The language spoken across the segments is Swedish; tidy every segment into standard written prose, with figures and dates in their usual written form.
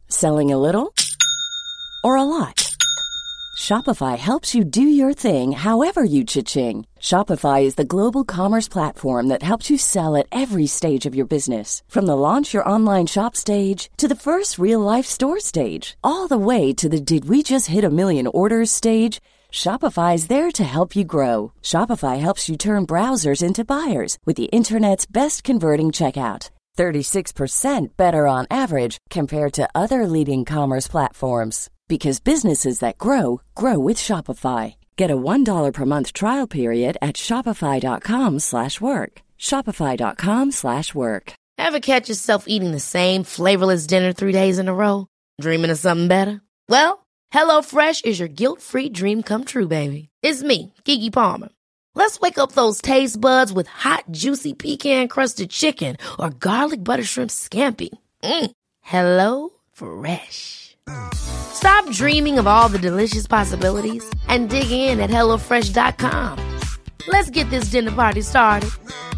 Selling a little or a lot? Shopify helps you do your thing however you cha-ching. Shopify is the global commerce platform that helps you sell at every stage of your business. From the launch your online shop stage to the first real-life store stage, all the way to the did we just hit a million orders stage. Shopify is there to help you grow. Shopify helps you turn browsers into buyers with the internet's best converting checkout. 36% better on average compared to other leading commerce platforms. Because businesses that grow, grow with Shopify. Get a $1 per month trial period at shopify.com/work. Shopify.com/work. Ever catch yourself eating the same flavorless dinner 3 days in a row? Dreaming of something better? Well, HelloFresh is your guilt-free dream come true, baby. It's me, Keke Palmer. Let's wake up those taste buds with hot, juicy pecan-crusted chicken or garlic butter shrimp scampi. Hello Fresh. Stop dreaming of all the delicious possibilities and dig in at HelloFresh.com. Let's get this dinner party started.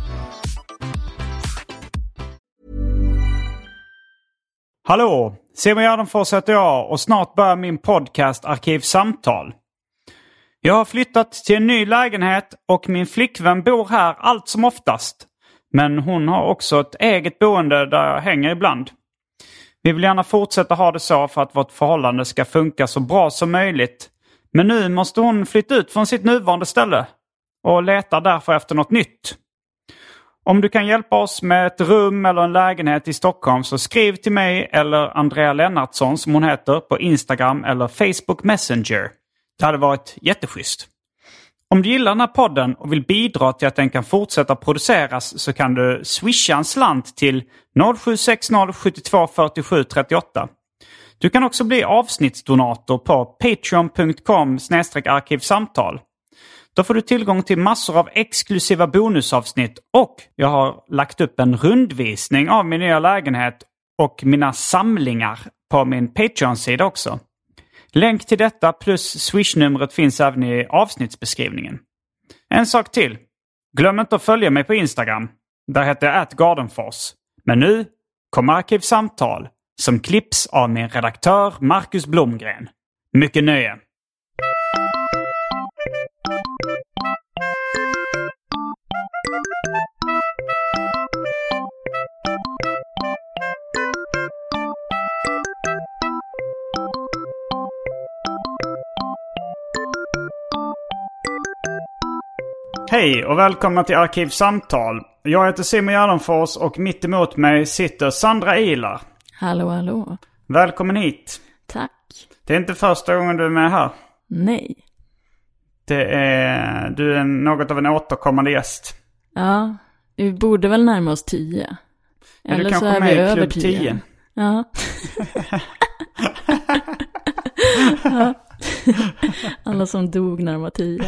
Hallå, Simon Gärdenfors heter jag och snart börjar min podcast Arkivsamtal. Jag har flyttat till en ny lägenhet och min flickvän bor här allt som oftast. Men hon har också ett eget boende där jag hänger ibland. Vi vill gärna fortsätta ha det så för att vårt förhållande ska funka så bra som möjligt. Men nu måste hon flytta ut från sitt nuvarande ställe och letar därför efter något nytt. Om du kan hjälpa oss med ett rum eller en lägenhet i Stockholm så skriv till mig eller Andrea Lennartsson som hon heter på Instagram eller Facebook Messenger. Det hade varit jätteschysst. Om du gillar den här podden och vill bidra till att den kan fortsätta produceras så kan du swisha en slant till 0760 72 47 38. Du kan också bli avsnittsdonator på patreon.com/arkivsamtal. Då får du tillgång till massor av exklusiva bonusavsnitt och jag har lagt upp en rundvisning av min nya lägenhet och mina samlingar på min Patreon-sida också. Länk till detta plus Swish-numret finns även i avsnittsbeskrivningen. En sak till. Glöm inte att följa mig på Instagram. Där heter jag @Gardenfors. Men nu kommer Arkivsamtal som klipps av min redaktör Marcus Blomgren. Mycket nöje. Hej och välkomna till Arkivsamtal. Jag heter Simon Gärdenfors och mitt emot mig sitter Sandra Ilar. Hallå, hallå. Välkommen hit. Tack. Det är inte första gången du är med här. Nej. Du är något av en återkommande gäst. Ja, vi borde väl närma oss 10. Eller så är vi över 10. Ja. Ja. Alla som dog när de var 10.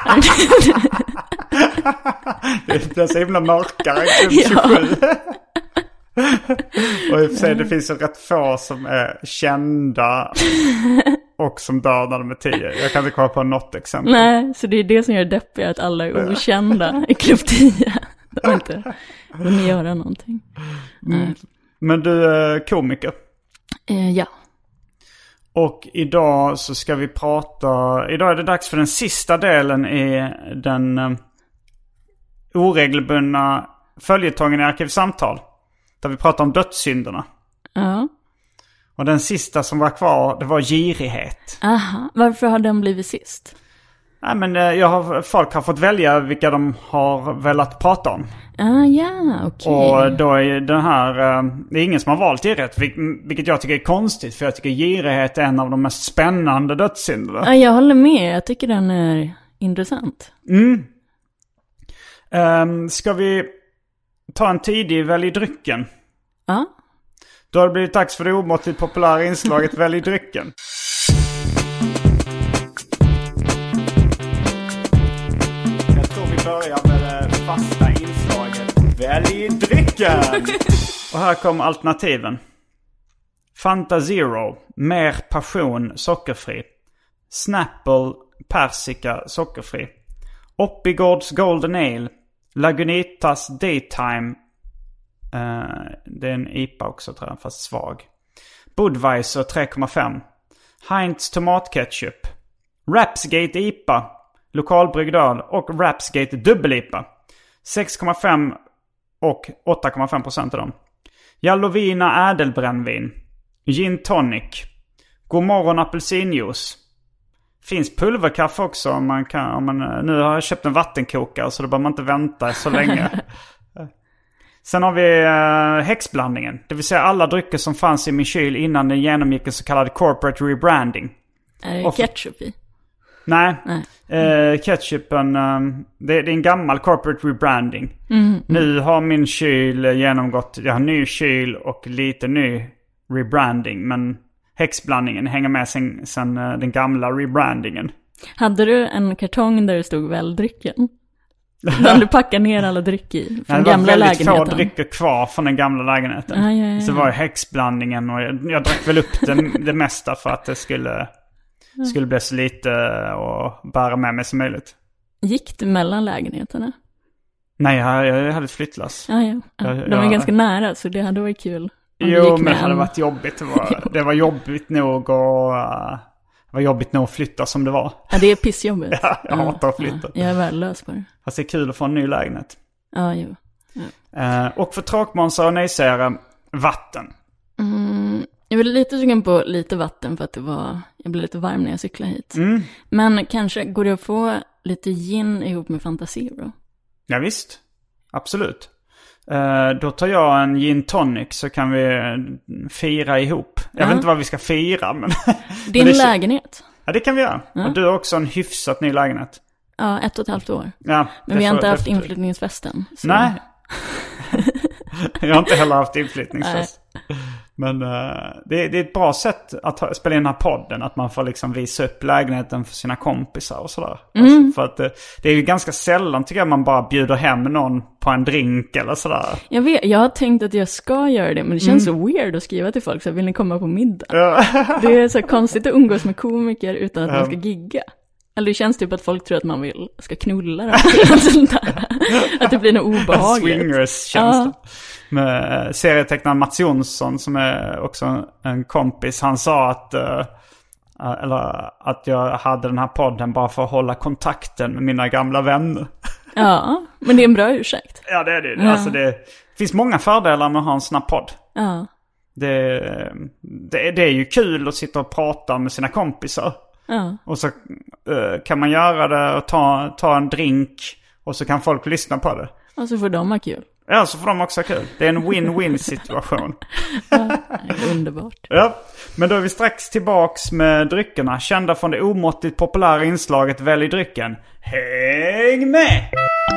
Det är så himla mörkare än Klubb 27. Och i och för sig det finns så rätt få som är kända och som dör när de är 10. Jag kan inte komma på något exempel. Nej, så det är det som gör det deppigt, att alla är okända i Klubb 10. De har inte hunnit göra någonting. Men du är komiker. Ja. Och idag så ska vi prata... Idag är det dags för den sista delen i den oregelbundna följetongen i Arkivsamtal. Där vi pratar om dödssynderna. Ja. Och den sista som var kvar, det var girighet. Aha, varför har den blivit sist? Nej, men folk har fått välja vilka de har velat prata om. Ja, okej. Och då är den här... det är ingen som har valt girighet, vilket jag tycker är konstigt. För jag tycker girighet är en av de mest spännande dödssynderna. Ja, jag håller med. Jag tycker den är intressant. Ska vi ta en tidig välj drycken? Ja. Då har det blivit dags för det omåttligt populära inslaget välj drycken. Jag tror vi börjar med det fasta inslaget välj drycken. Och här kommer alternativen. Fanta Zero, mer passion, sockerfri. Snapple, persika, sockerfri. Oppigårds Golden Ale, Lagunitas Daytime. Det är en IPA också tror jag, fast svag. Budweiser 3,5. Heinz tomatketchup. Rapsgate IPA. Lokalbryggd öl och Rapsgate dubbel-IPA. 6,5 och 8,5% av dem. Jalovina ädelbrännvin. Gin tonic. Godmorgon apelsinjuice. Finns pulverkaffe också om man nu har jag köpt en vattenkokare så då behöver man inte vänta så länge. Sen har vi häxblandningen. Det vill säga alla drycker som fanns i min kyl innan den genomgick en så kallad corporate rebranding. Är det ketchup i? Nej. Ketchupen, det är en gammal corporate rebranding. Nu har min kyl genomgått, jag har ny kyl och lite ny rebranding. Men häxblandningen hänger med sen den gamla rebrandingen. Hade du en kartong där det stod väldrycken? Där du packar ner alla drycker i från gamla lägenheten? Det var väldigt få drycker kvar från den gamla lägenheten. Ja. Så var det häxblandningen och jag drack väl upp det mesta för att det skulle bli så lite och bära med mig som möjligt. Gick du mellan lägenheterna? Nej, jag hade ett flyttlass. Ja. De är ganska nära så det hade varit kul. Jo, men det hade varit jobbigt. Det var jobbigt nog och det var jobbigt nog att flytta som det var. Ja, det är pissjobbigt. Jag hatar att flytta. Jag är värdelös på det. Fast det är kul att få en ny lägenhet. Ja, jo. Ja. Och för tråkmånsar och nejsägare, vatten. Jag var lite sugen på lite vatten för att jag blev lite varm när jag cyklade hit. Men kanske går det att få lite gin ihop med Fanta Zero? Ja, visst. Absolut. Då tar jag en gin tonic så kan vi fira ihop. Jag vet inte vad vi ska fira, men... Din lägenhet? Ja, det kan vi göra. Och du har också en hyfsat ny lägenhet. Ja, 1,5 år. Ja, men vi har inte haft inflyttningsfesten. Så... Nej. Jag har inte heller haft inflyttningsfest. Men det är ett bra sätt att spela in den här podden. Att man får liksom visa upp lägenheten för sina kompisar och sådär. Alltså, för att det är ju ganska sällan tycker jag man bara bjuder hem någon på en drink eller sådär. Jag har tänkt att jag ska göra det. Men det känns så weird att skriva till folk så vill ni komma på middag? Det är så konstigt att umgås med komiker utan att man ska gigga. Eller det känns typ att folk tror att man ska knulla dem. Att det blir något obehagligt. Swingers-känsla. Med serietecknaren Mats Jonsson som är också en kompis. Han sa att jag hade den här podden bara för att hålla kontakten med mina gamla vänner. Ja, men det är en bra ursäkt. Ja, det är det. Ja. Alltså det finns många fördelar med att ha en sån här podd. Ja. Det är ju kul att sitta och prata med sina kompisar. Ja. Och så kan man göra det och ta en drink och så kan folk lyssna på det. Och så får de ha kul. Ja, så får de också ha kul. Det är en win-win situation. Ja, underbart. Ja, men då är vi strax tillbaks med dryckerna. Kända från det omåttligt populära inslaget Välj drycken. Häng med!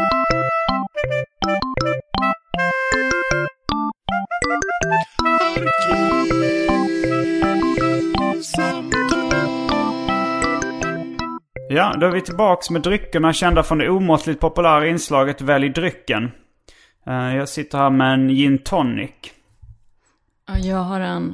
Ja, då är vi tillbaks med dryckerna kända från det omåttligt populära inslaget Välj drycken. Jag sitter här med en gin tonic. Ja, jag har en...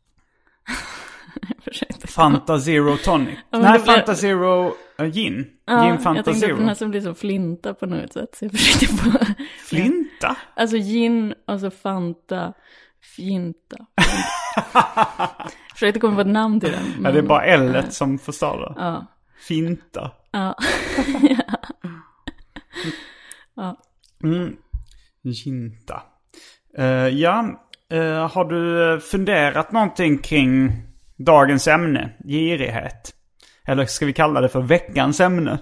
Fanta Zero tonic. Ja, nej, Fanta Zero gin. Ja, gin Fanta jag tänkte Zero. Att den här som blir så flinta på något sätt. Så jag försökte på... Flinta? Alltså gin och så Fanta Finta. Försökte komma på ett namn till den. Men... Ja, det är bara L-et som förstår det. Ja. Finta. Ja. Ja. Ginta. Har du funderat någonting kring dagens ämne? Girighet. Eller ska vi kalla det för veckans ämne?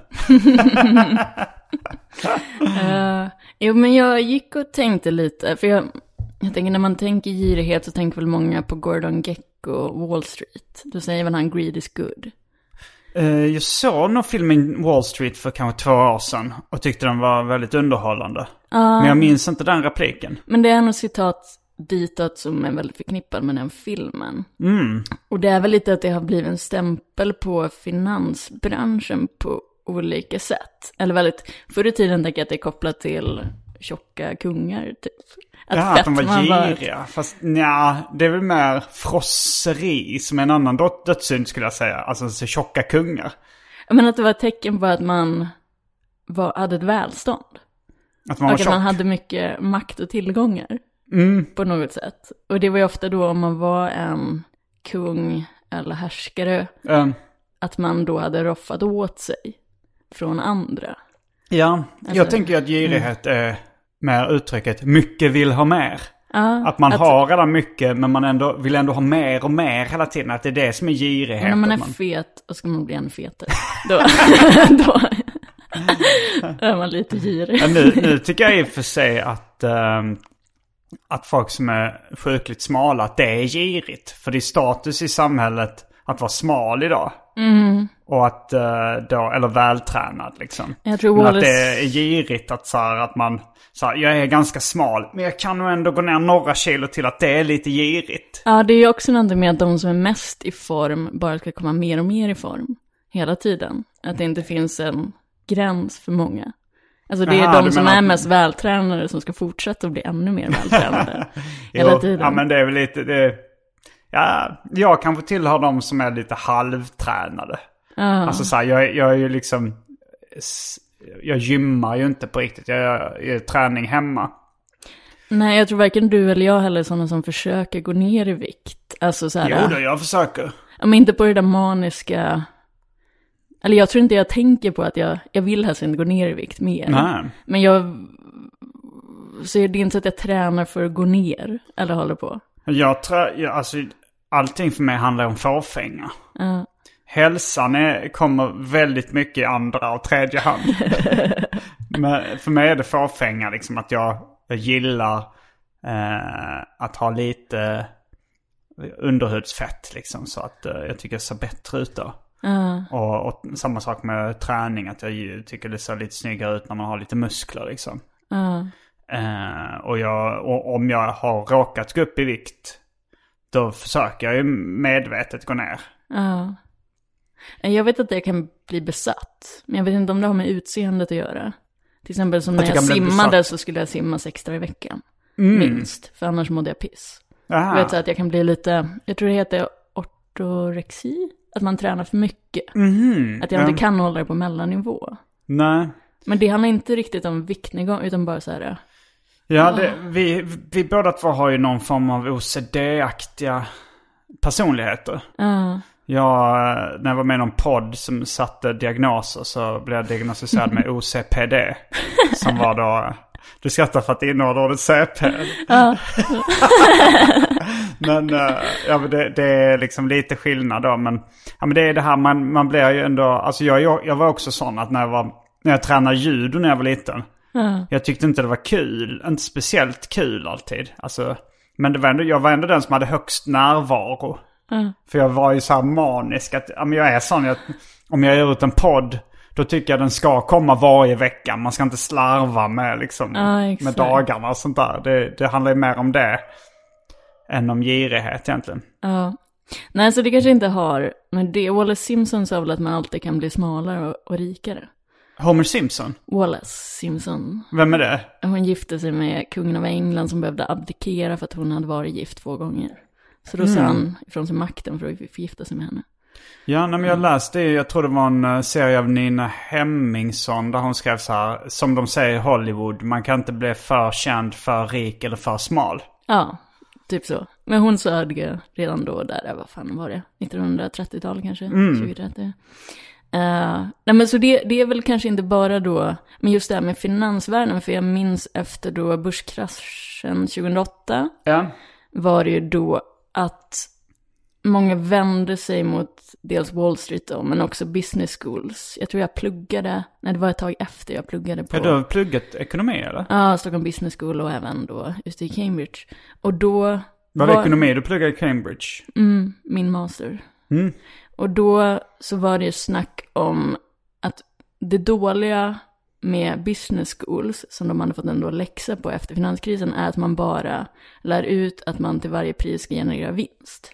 Jo, men jag gick och tänkte lite. För jag tänker när man tänker girighet så tänker väl många på Gordon Gekko och Wall Street. Då säger väl han greed is good. Jag såg nog filmen Wall Street för kanske 2 år sedan och tyckte den var väldigt underhållande. Men jag minns inte den repliken. Men det är nog citat ditåt som är väldigt förknippad med den filmen. Och det är väl lite att det har blivit en stämpel på finansbranschen på olika sätt. Eller väldigt, förr i tiden tänker jag att det är kopplat till tjocka kungar typ. Att de var giriga. Fast nja, det är väl mer frosseri som en annan dödssynd skulle jag säga. Alltså så tjocka kungar. Men att det var ett tecken på att man hade ett välstånd. Att man var tjock. Att man hade mycket makt och tillgångar. På något sätt. Och det var ju ofta då om man var en kung eller härskare, att man då hade roffat åt sig från andra. Ja, alltså, jag tänker att girighet är med uttrycket mycket vill ha mer. Att man har redan mycket, men man vill ändå ha mer och mer hela tiden. Att det är det som är girighet. När man är fet och ska man bli en fetare, då är man lite girig. Ja, nu tycker jag i och för sig att folk som är sjukligt smala, att det är girigt. För det är status i samhället att vara smal idag. Och att då, eller vältränad liksom. Jag tror men att det är girigt att man så här, jag är ganska smal, men jag kan nog ändå gå ner några kilo till, att det är lite girigt. Ja, det är ju också något med att de som är mest i form bara ska komma mer och mer i form hela tiden. Att det inte finns en gräns för många. Alltså det är de som är mest vältränade som ska fortsätta att bli ännu mer vältränade hela tiden. Ja, men det är väl lite... Ja, jag kanske tillhör de som är lite halvtränade. Alltså så här, jag är ju liksom... Jag gymmar ju inte på riktigt. Jag gör träning hemma. Nej, jag tror varken du eller jag heller är sådana som försöker gå ner i vikt. Alltså så här, jo då, jag försöker. Men inte på det där maniska... Eller jag tror inte jag tänker på att jag vill helst inte gå ner i vikt mer. Nej. Men så är det inte så att jag tränar för att gå ner. Eller håller på. Alltså, allting för mig handlar om fåfänga. Hälsan kommer väldigt mycket i andra och tredje hand. Men för mig är det fåfänga liksom, att jag gillar att ha lite underhudsfett liksom, så att jag tycker det ser bättre ut då. Och samma sak med träning, att jag tycker det ser lite snyggare ut när man har lite muskler liksom. Och om jag har råkat gå upp i vikt, då försöker jag ju medvetet gå ner. Jag vet att det kan bli besatt, men jag vet inte om det har med utseendet att göra. Till exempel som när jag simmade så skulle jag simma 6 dagar i veckan. Minst, för annars mådde jag piss. Jag vet så att jag kan bli lite, jag tror det heter ortorexi, att man tränar för mycket. Att jag inte kan hålla det på mellannivå. Nej. Men det handlar inte riktigt om viktnedgång, utan bara så här. Ja, vi båda två har ju någon form av OCD-aktiga personligheter. När jag var med i någon podd som satte diagnoser, så blev jag diagnostiserad med OCPD. Som var då... Du skrattar för att det innehåller ordet CP. Men det är liksom lite skillnad då. Men det är det här, man blir ju ändå... Alltså jag var också sån att när jag tränade judo när jag var liten. Jag tyckte inte det var kul. Inte speciellt kul alltid. Alltså, men jag var ändå den som hade högst närvaro. För jag var ju så här manisk att jag är sån, om jag gör ut en podd, då tycker jag den ska komma varje vecka. Man ska inte slarva med liksom, med dagarna och sånt där. Det handlar ju mer om det än om girighet egentligen. Nej, så det kanske inte har, men det Wallace Simpson sa väl att man alltid kan bli smalare och rikare. Homer Simpson? Wallace Simpson. Vem är det? Hon gifte sig med kungen av England som behövde abdikera för att hon hade varit gift 2 gånger. Så då sa han ifrån sig makten för att förgifta sig med henne. Ja, men jag läste det. Jag tror det var en serie av Nina Hemmingsson där hon skrev så här: som de säger i Hollywood, man kan inte bli för känd, för rik eller för smal. Ja, typ så. Men hon sa det redan då där, vad fan var det? 1930-tal kanske? 2030. Nej, men så det är väl kanske inte bara då, men just det här med finansvärlden, för jag minns efter då börskraschen 2008 var det ju då att många vände sig mot dels Wall Street då, men också business schools. Jag tror jag pluggade, det var ett tag efter jag pluggade på... Ja, du har pluggat ekonomi eller? Ja, Stockholm Business School och även då just i Cambridge. Och då... Var det ekonomi du pluggade i Cambridge? Min master. Och då så var det snack om att det dåliga med business schools som de hade fått ändå läxa på efter finanskrisen är att man bara lär ut att man till varje pris ska generera vinst.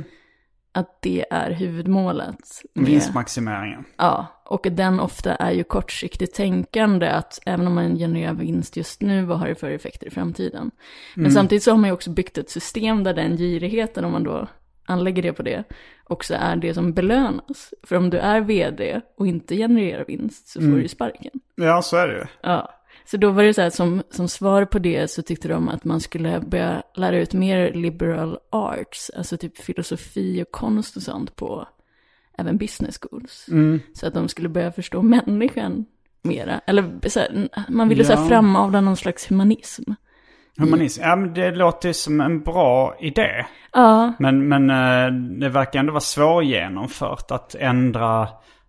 Att det är huvudmålet. Vinstmaximeringen. Ja, och den ofta är ju kortsiktigt tänkande, att även om man genererar vinst just nu, vad har det för effekter i framtiden? Men samtidigt så har man ju också byggt ett system där den girigheten, om man då anlägger det på det, också är det som belönas. För om du är vd och inte genererar vinst så får du ju sparken. Ja, så är det ju. Ja. Så då var det så här, som svar på det så tyckte de att man skulle börja lära ut mer liberal arts, alltså typ filosofi och konst och sånt på även business schools. Så att de skulle börja förstå människan mera. Eller så här, man ville så här framavla någon slags humanism. Humanism, ja men det låter som en bra idé. Ja. Men det verkar ändå vara svårgenomfört att ändra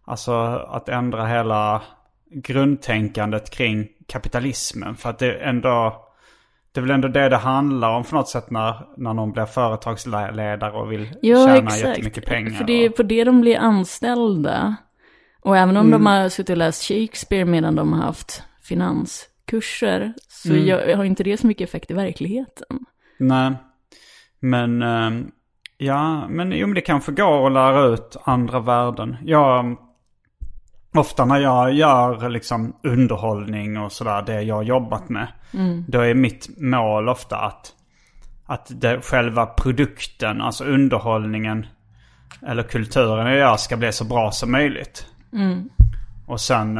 hela grundtänkandet kring kapitalismen. För att det är väl ändå det handlar om för något sätt när någon blir företagsledare och vill tjäna jättemycket pengar. För det är på det de blir anställda. Och även om de har suttit och läst Shakespeare medan de har haft finanskurser så har inte det så mycket effekt i verkligheten. Nej, men men det kanske går att lära ut andra värden. Ofta när jag gör liksom underhållning och sådär, det jag har jobbat med, då är mitt mål ofta att själva produkten, alltså underhållningen eller kulturen jag gör ska bli så bra som möjligt. Och sen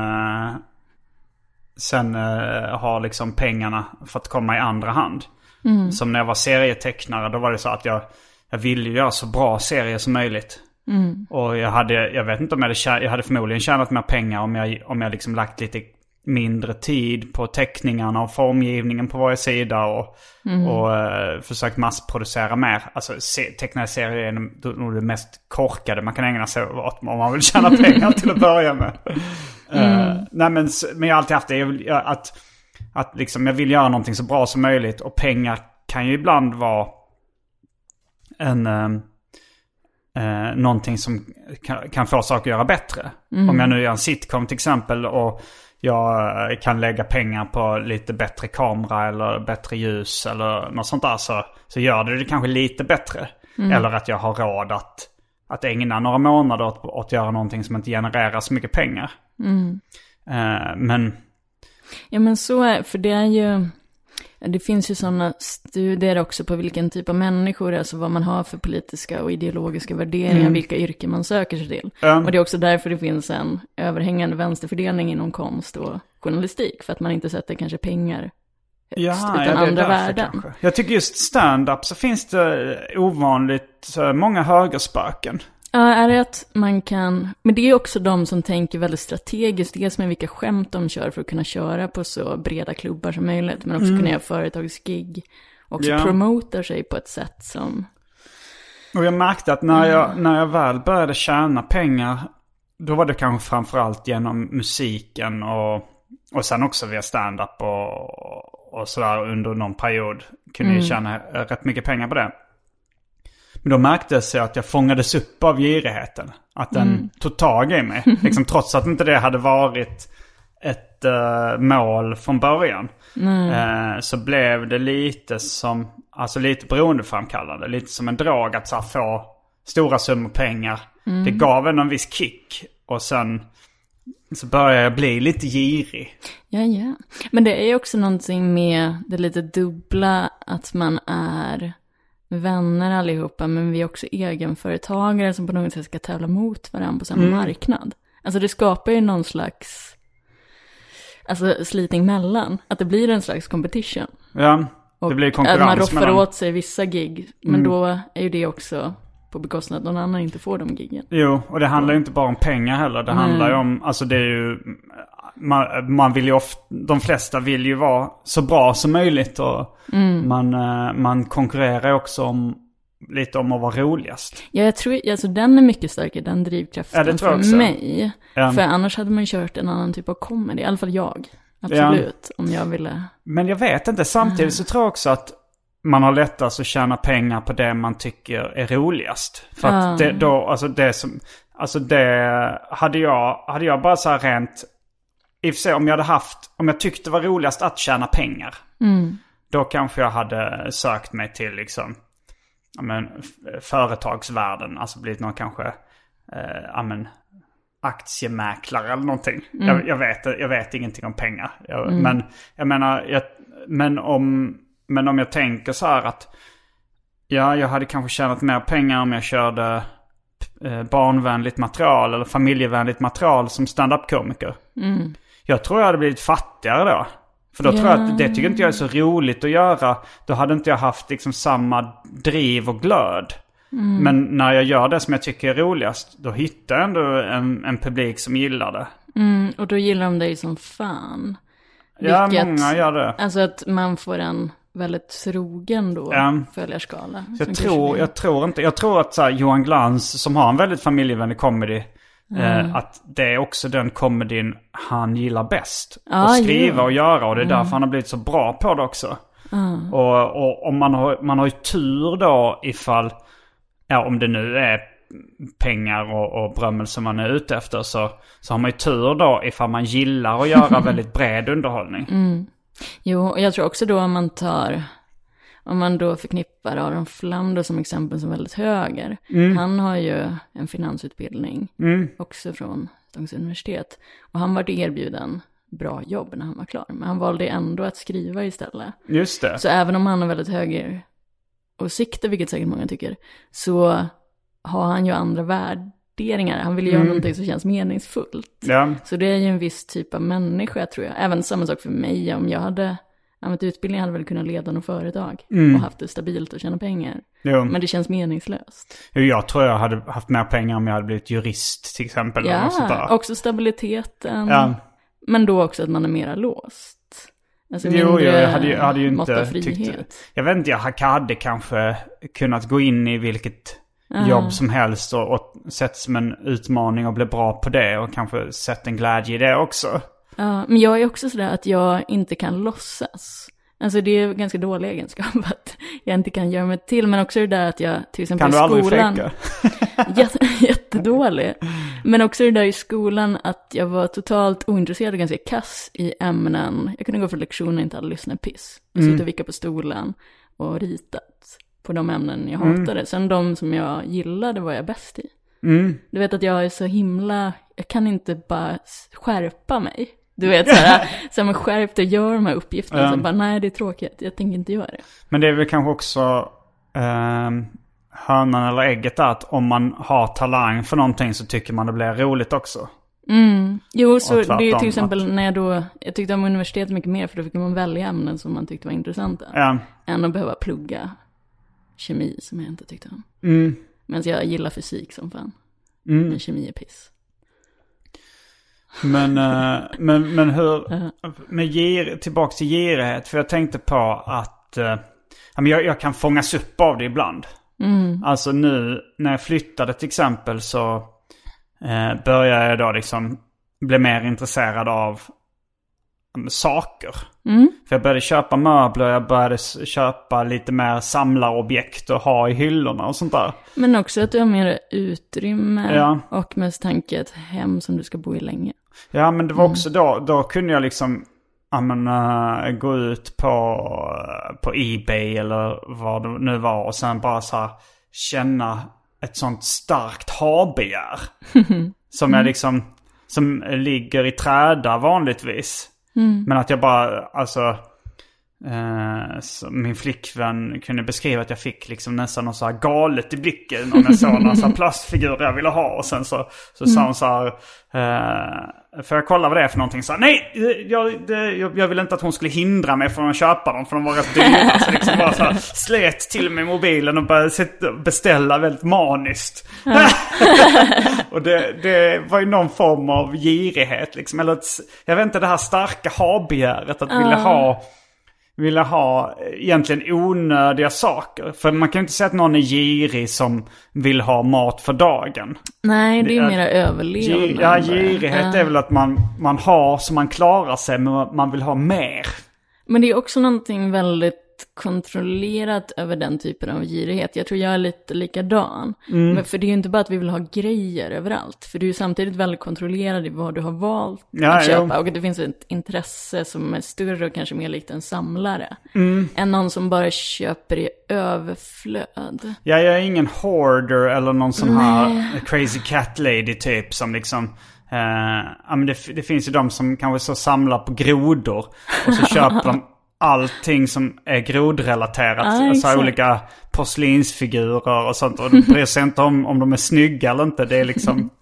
har liksom pengarna fått komma i andra hand. Som när jag var serietecknare, då var det så att jag ville göra så bra serier som möjligt. Och jag vet inte om jag hade förmodligen tjänat mer pengar om jag liksom lagt lite mindre tid på teckningarna och formgivningen på varje sida och försökt massproducera mer. Alltså tecknade serier är nog det mest korkade man kan ägna sig åt om man vill tjäna pengar till att börja med. Nej men jag har alltid haft det att liksom jag vill göra någonting så bra som möjligt, och pengar kan ju ibland vara någonting som kan få saker att göra bättre. Om jag nu gör en sitcom till exempel och jag kan lägga pengar på lite bättre kamera eller bättre ljus eller något sånt där, så gör det kanske lite bättre. Eller att jag har råd att ägna några månader åt att göra någonting som inte genererar så mycket pengar. Men... Ja men så är, för det är ju... Det finns ju sådana studier också på vilken typ av människor, alltså vad man har för politiska och ideologiska värderingar, vilka yrken man söker sig till. Och det är också därför det finns en överhängande vänsterfördelning inom konst och journalistik, för att man inte sätter kanske pengar högst, utan andra värden. Kanske. Jag tycker just stand-up så finns det ovanligt många högerspöken. Ja, är det att man kan... Men det är också de som tänker väldigt strategiskt. Dels med vilka skämt de kör för att kunna köra på så breda klubbar som möjligt. Men också kunna göra företagsgig. Och också promotar sig på ett sätt som... Och jag märkte att när jag väl började tjäna pengar, då var det kanske framförallt genom musiken och sen också via stand-up och sådär under någon period. Kunde jag tjäna rätt mycket pengar på det. Men då märktes jag att jag fångades upp av girigheten. Att den tog tag i mig. Liksom, trots att inte det hade varit ett mål från början. Så blev det lite som, alltså lite beroendeframkallande. Lite som en drog att så här, få stora summor pengar. Det gav en viss kick. Och sen så började jag bli lite girig. Ja. Men det är ju också någonting med det lite dubbla, att man är... vänner allihopa, men vi är också egenföretagare som på något sätt ska tävla mot varandra på samma marknad. Alltså det skapar ju någon slags slitning mellan, att det blir en slags competition. Ja, det blir konkurrens. Att man roffar åt sig vissa gig, men då är ju det också på bekostnad att någon annan inte får de giggen. Jo, och det handlar ju inte bara om pengar heller. Det handlar ju om, alltså det är ju... Man vill ju de flesta vill ju vara så bra som möjligt, och man konkurrerar också lite om att vara roligast. Ja, jag tror alltså den är mycket starkare, den drivkraften för mig. För annars hade man kört en annan typ av comedy, i alla fall jag. Absolut, om jag ville. Men jag vet inte, samtidigt så tror jag också att man har lättast att tjäna pengar på det man tycker är roligast. För att det, då, alltså det hade jag bara så här rent, i och för sig om jag tyckte det var roligast att tjäna pengar, då kanske jag hade sökt mig till liksom, företagsvärlden, alltså blivit någon kanske aktiemäklare eller någonting. Jag vet ingenting om pengar. Men jag menar, men om jag tänker så här att jag hade kanske tjänat mer pengar om jag körde barnvänligt material eller familjevänligt material som stand-up-komiker. Jag tror jag hade blivit fattigare då. För då tror jag att det tycker inte jag är så roligt att göra. Då hade inte jag haft liksom samma driv och glöd. Men när jag gör det som jag tycker är roligast, då hittar jag ändå en publik som gillar det. Och då gillar de dig som fan. Ja, många gör det. Alltså att man får en väldigt trogen då följarskala. Jag tror att så här, Johan Glans som har en väldigt familjevänlig comedy, att det är också den comedyn han gillar bäst. Att skriva och göra, och det är därför han har blivit så bra på det också. Och om man har ju tur då ifall, om det nu är pengar och berömmelse som man är ute efter, så har man ju tur då ifall man gillar att göra väldigt bred underhållning. Jo, och jag tror också då om man då förknippar Aron Flam då som exempel som väldigt höger. Han har ju en finansutbildning också från Stockholms universitet. Och han var erbjuden bra jobb när han var klar. Men han valde ändå att skriva istället. Just det. Så även om han har väldigt höger åsikter, vilket säkert många tycker, så har han ju andra värderingar. Han vill göra någonting som känns meningsfullt. Ja. Så det är ju en viss typ av människa, tror jag. Även samma sak för mig. Om jag hade använt utbildning hade jag väl kunnat leda något företag och haft det stabilt och tjäna pengar. Jo. Men det känns meningslöst. Jag tror jag hade haft mer pengar om jag hade blivit jurist till exempel. Ja, också stabiliteten. Ja. Men då också att man är mera låst. Alltså jag hade ju inte tyckt. Jag vet inte, jag hade kanske kunnat gå in i vilket jobb som helst och sett som en utmaning och bli bra på det, och kanske sett en glädje i det också. Ja, men jag är också sådär att jag inte kan låtsas. Alltså det är ganska dålig egenskap att jag inte kan göra mig till. Men också det där att jag till exempel i skolan... Kan du aldrig fejka? Jättedålig. Men också det där i skolan att jag var totalt ointresserad och ganska kass i ämnen. Jag kunde gå för lektioner och inte hade lyssnat piss. Och sitta och vicka på stolen och ritat på de ämnen jag hatade. Sen de som jag gillade var jag bäst i. Du vet att jag är så himla... Jag kan inte bara skärpa mig. Du vet såhär, som är skärpt och gör de här uppgifterna. Så bara, nej det är tråkigt, jag tänker inte göra det. Men det är väl kanske också hönan eller ägget att om man har talang för någonting så tycker man det blir roligt också. Jo, så det är till exempel när jag tyckte om universitetet mycket mer, för då fick man välja ämnen som man tyckte var intressanta. Än att behöva plugga kemi som jag inte tyckte om. Men jag gillar fysik som fan. Men kemi är piss. Men hur tillbaka till girighet, för jag tänkte på att jag kan fångas upp av det ibland. Alltså nu när jag flyttade till exempel så började jag då liksom bli mer intresserad av saker. För jag började köpa möbler, jag började köpa lite mer samlarobjekt och ha i hyllorna och sånt där. Men också att du har mer utrymme och mest tanke ett hem som du ska bo i länge. Ja, men det var också då kunde jag liksom gå ut på eBay eller vad det nu var och sen bara så här känna ett sånt starkt habegär som jag liksom som ligger i träda vanligtvis. Men att jag bara, alltså min flickvän kunde beskriva att jag fick liksom nästan något så här galet i blicken om jag såg någon så här plastfigur jag ville ha, och sen så sa hon så här, för jag kollade vad det är för någonting, så här, nej, jag ville inte att hon skulle hindra mig från att köpa dem för de var rätt dyra, så liksom bara så här, slet till mig mobilen och började beställa väldigt maniskt. Och det var ju någon form av girighet liksom, eller jag vet inte, det här starka habegäret att vilja ha egentligen onödiga saker. För man kan ju inte säga att någon är girig som vill ha mat för dagen. Nej, det är mera överlevnad. Girighet är väl att man har så man klarar sig, men man vill ha mer. Men det är också någonting väldigt kontrollerat över den typen av girighet. Jag tror jag är lite likadan. Men för det är ju inte bara att vi vill ha grejer överallt. För du är samtidigt väldigt kontrollerad i vad du har valt att köpa. Och det finns ett intresse som är större och kanske mer likt en samlare. Än någon som bara köper i överflöd. Ja, jag är ingen hoarder eller någon sån här crazy cat lady typ som liksom... men det finns ju de som kanske så samlar på grodor och så köper de allting som är grodrelaterat, alltså olika porslinsfigurer och sånt, och de bryr sig inte om de är snygga eller inte. Det är liksom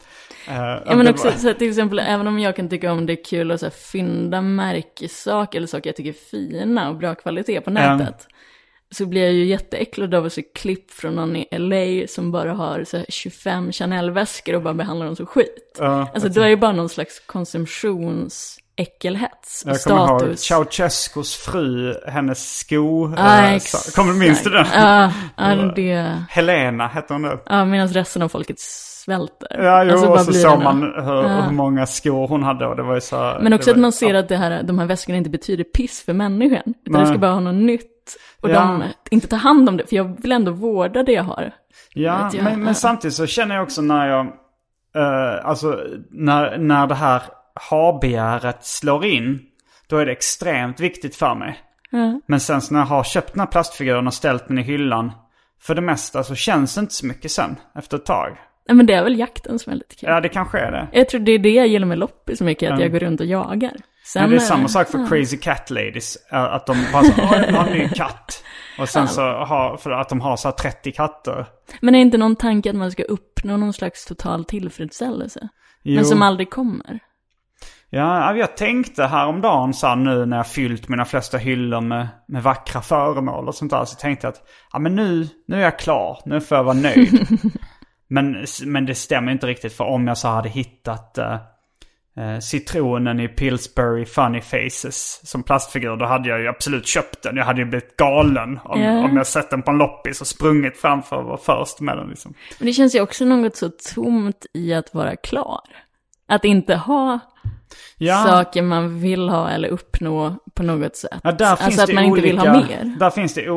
Ja, men också så till exempel, även om jag kan tycka om det är kul att så här, fynda märkessaker eller saker jag tycker är fina och bra kvalitet på nätet, så blir jag ju jätteäcklad av att se klipp från någon i LA som bara har så här, 25 Chanel-väskor och bara behandlar dem som skit. Alltså då är det bara någon slags konsumtionsäckelhets och jag status. Kommer ihåg Ceausescus fru, hennes sko. Kommer du minns du den? Det... Helena hette hon då. Ja, medan resten av folket svälter. Ja, jo, alltså, och så såg man hur många skor hon hade. Och det var ju så, men också att man ser att de här väskorna inte betyder piss för människan. Utan det ska bara ha något nytt. Och de inte ta hand om det. För jag vill ändå vårda det jag har. Ja, men samtidigt så känner jag också när jag... alltså när det här ha-begäret slår in, då är det extremt viktigt för mig. Men sen så när jag har köpt den här plastfiguren och ställt den i hyllan, för det mesta så känns det inte så mycket sen efter ett tag. Nej, men det är väl jakten som är lite kul. Ja, det kanske är det. Jag tror det är det jag gillar med loppis så mycket, att jag går runt och jagar. Sen, men det är samma sak för Crazy Cat Ladies, att de bara så, jag har en ny katt. Och sen så för att de har så här 30 katter. Men är inte någon tanke att man ska uppnå någon slags total tillfredsställelse? Jo. Men som aldrig kommer. Ja, jag tänkte häromdagen så här, nu när jag fyllt mina flesta hyllor med vackra föremål och sånt där, så tänkte jag att men nu är jag klar, nu får jag vara nöjd. men det stämmer inte riktigt, för om jag så hade hittat citronen i Pillsbury Funny Faces som plastfigur, då hade jag ju absolut köpt den. Jag hade ju blivit galen om jag sett den på en loppis och sprungit framför och var först med den liksom. Men det känns ju också något så tomt i att vara klar. Att inte ha saker man vill ha eller uppnå på något sätt. Ja, där finns att man inte vill ha mer. Där finns det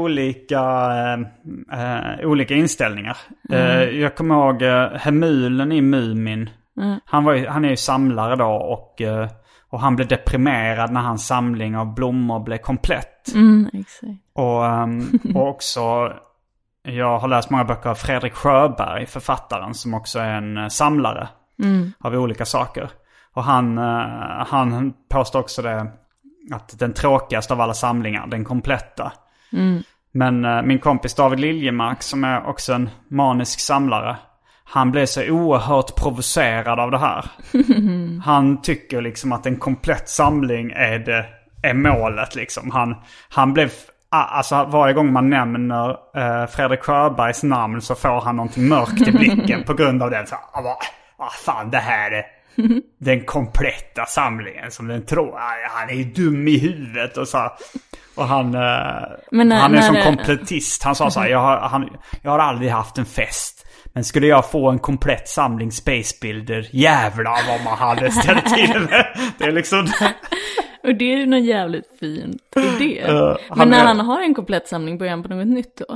olika inställningar. Jag kommer ihåg Hemulen i Mumin. Han är ju samlare då, och han blev deprimerad när hans samling av blommor blev komplett. Exakt. Och också, jag har läst många böcker av Fredrik Sjöberg, författaren, som också är en samlare av olika saker. Och han påstår också det, att den tråkigaste av alla samlingar, den kompletta. Men min kompis David Liljemark, som är också en manisk samlare, han blev så oerhört provocerad av det här. Han tycker liksom att en komplett samling är målet liksom. Han blev, alltså varje gång man nämner Fredrik Sjöbergs namn så får han någonting mörkt i blicken på grund av det. Så, fan, det här är den kompletta samlingen som den tror. Han är ju dum i huvudet och så. Och han är som komplettist. Han sa så här, jag har aldrig haft en fest. Men skulle jag få en komplett samling spacebilder, jävlar vad man hade ställt till med. Det är liksom... Och det är ju någon jävligt fin idé. Men när han har en komplett samling, börjar han på något nytt då?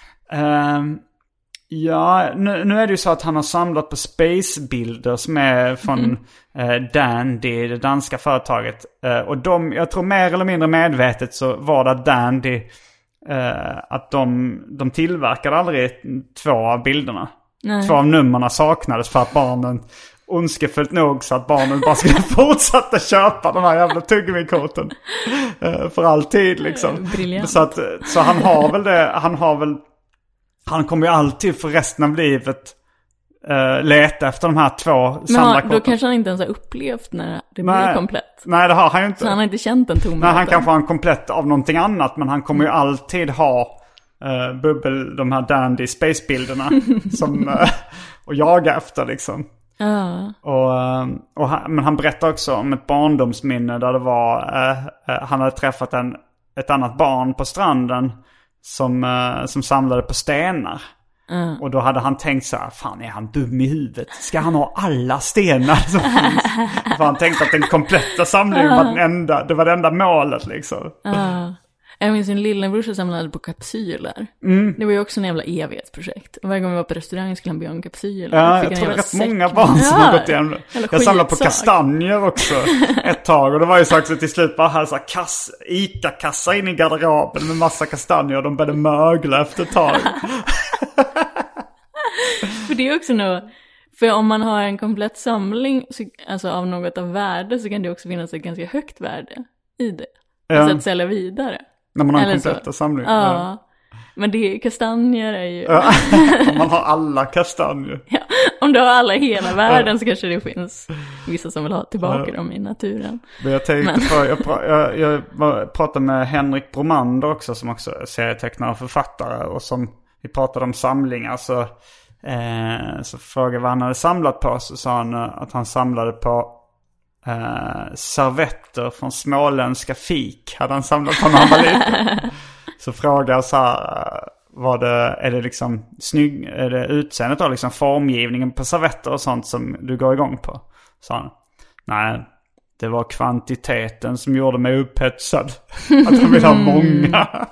Ja, nu är det ju så att han har samlat på spacebilder som är från Dandy, det danska företaget. Och jag tror mer eller mindre medvetet så var det Dandy, att de tillverkade aldrig 2 av bilderna. Nej. 2 av nummerna saknades för att barnen, ondskefullt nog, så att barnen bara skulle fortsätta köpa den här jävla tuggummikorten för alltid liksom. Brilliant. Så han har väl det, han kommer ju alltid för resten av livet leta efter de här 2 samlarkorten. Då kanske han inte ens har upplevt när det blir komplett. Nej, det har han ju inte. Så han har inte känt en tomhet. Nej, han kanske har en komplett av någonting annat, men han kommer ju alltid ha de här dandy spacebilderna som och jaga efter liksom. Men han berättar också om ett barndomsminne där det var han hade träffat ett annat barn på stranden som samlade på stenar. Och då hade han tänkt så här, fan, är han dum i huvudet? Ska han ha alla stenar som finns? För han tänkte att den kompletta samlingen var det var det enda målet liksom. Jag minns en lillebrorsa samlade på kapsyler. Det var ju också en jävla evighetsprojekt. Och varje gång vi var på restaurang skulle han be om kapsyler. Ja, jag tror det är rätt många barn som har gått igenom det. Jag samlade på kastanjer också ett tag. Och det var ju så att till slut bara här så här Ica-kassar in i garderoben med massa kastanjer. Och de började mögla efter ett tag. För det är också något... För om man har en komplett samling alltså av något av värde, så kan det också finnas ett ganska högt värde i det. Alltså att sälja vidare. När man har en kompletta samling. Ja. Men kastanjer är ju... Om man har alla kastanjer. Ja, om du har alla i hela världen så kanske det finns vissa som vill ha tillbaka dem i naturen. Men jag tänkte jag pratade med Henrik Bromander också, som också är serietecknare och författare, och som vi pratade om samlingar, så frågade vad han hade samlat på, så sa han att han samlade på servetter från småländska fik. Hade han samlat på när han var liten. Så frågade jag så här, är det liksom är det utseendet av liksom formgivningen på servetter och sånt som du går igång på? Så han, nej, det var kvantiteten som gjorde mig upphetsad. Att han vill ha många.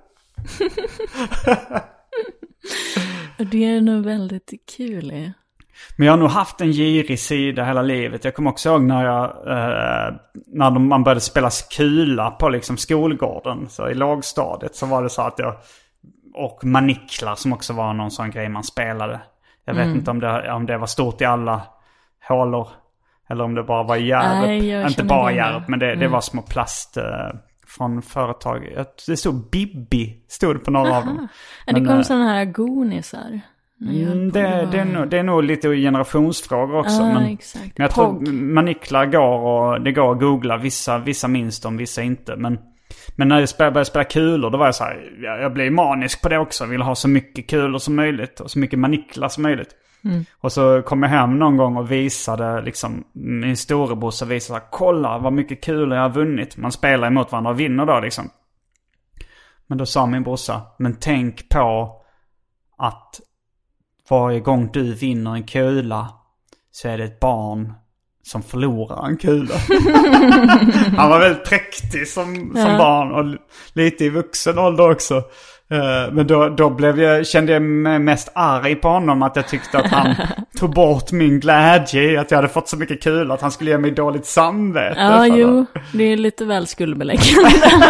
Det är nog väldigt kul. Men jag har nog haft en girig sida hela livet. Jag kommer också ihåg när man började spela kula på liksom skolgården. Så i lågstadiet så var det så att och maniklar som också var någon sån grej man spelade. Jag vet inte om det var stort i alla hålor. Eller om det bara var Hjärup. Inte bara Hjärup, men det var små plast från företag. Det stod Bibi, stod på några av dem. Det kom sådana här gonisar. Det är nog lite generationsfrågor också. Men jag tror maniklar det går att googla. Vissa minns de, vissa inte. Men när jag började spela kulor, då var jag så här, jag blev manisk på det också. Jag ville ha så mycket kulor som möjligt och så mycket maniklar som möjligt. Och så kom jag hem någon gång och visade liksom, min storebrorsa visade, kolla vad mycket kulor jag har vunnit. Man spelar emot varandra och vinner då liksom. Men då sa min brorsa, men tänk på att varje gång du vinner en kula så är det ett barn som förlorar en kula. Han var väldigt präktig som barn och lite i vuxen ålder också. Men då kände jag mig mest arg på honom, att jag tyckte att han tog bort min glädje, att jag hade fått så mycket kul, att han skulle ge mig dåligt samvete. Ja, jo, det är lite väl skuldbeläggande.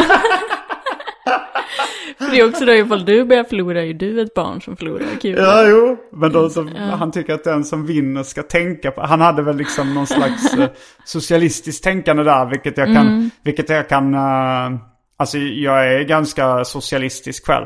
För det är också då, ifall du börjar förlora, är du ett barn som förlorar kul. Ja, jo. Men då han tycker att den som vinner ska tänka på. Han hade väl liksom någon slags socialistiskt tänkande där, vilket jag kan alltså jag är ganska socialistisk själv.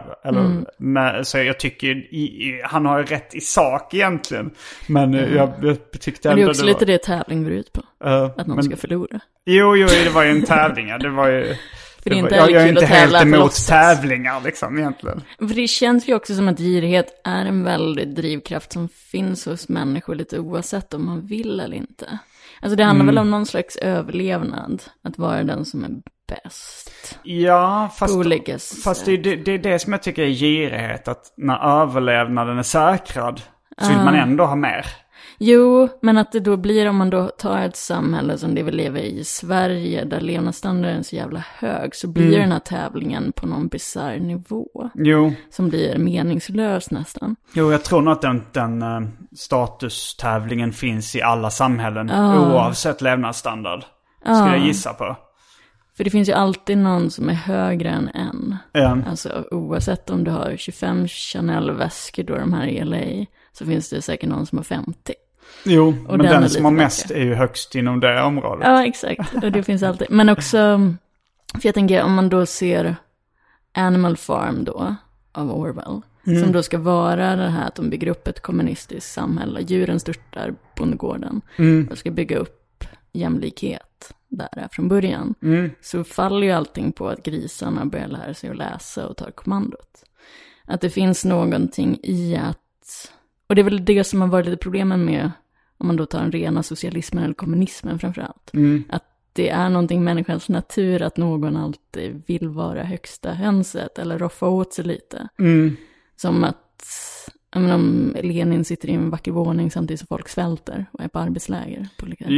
Så jag tycker han har rätt i sak egentligen. Men jag tyckte ändå... Men det är också lite det tävling går ut på. Att någon ska förlora. Jo, det var ju en tävling. Det var ju... Jag är inte helt emot tävlingar liksom egentligen. För det känns ju också som att girighet är en väldigt drivkraft som finns hos människor lite oavsett om man vill eller inte. Alltså det handlar väl om någon slags överlevnad. Att vara den som är bäst. Ja, fast det är det som jag tycker är girighet. Att när överlevnaden är säkrad så vill man ändå ha mer. Jo, men att det då blir, om man då tar ett samhälle som det vi lever i Sverige, där levnadsstandarden är så jävla hög, så blir den här tävlingen på någon bizarr nivå. Jo. Som blir meningslös nästan. Jo, jag tror nog att den statustävlingen finns i alla samhällen, oavsett levnadsstandard. Skulle jag gissa på. För det finns ju alltid någon som är högre än en. Alltså oavsett om du har 25 Chanel-väskor då, de här i LA, så finns det säkert någon som har 50. Jo, och men den som har mest är ju högst inom det området. Ja, exakt. Och det finns alltid. Men också, för jag tänker, om man då ser Animal Farm då, av Orwell, som då ska vara det här att de bygger upp ett kommunistiskt samhälle. Djuren störtar bondgården och ska bygga upp jämlikhet där från början. Så faller ju allting på att grisarna börjar lära sig att läsa och tar kommandot. Att det finns någonting i att, och det är väl det som har varit lite problemen med, om man då tar en rena socialismen eller kommunismen framförallt. Att det är någonting i människans natur att någon alltid vill vara högsta hönset eller roffa åt sig lite. Som att, jag menar, om Lenin sitter i en vacker våning samtidigt som folk svälter och är på arbetsläger.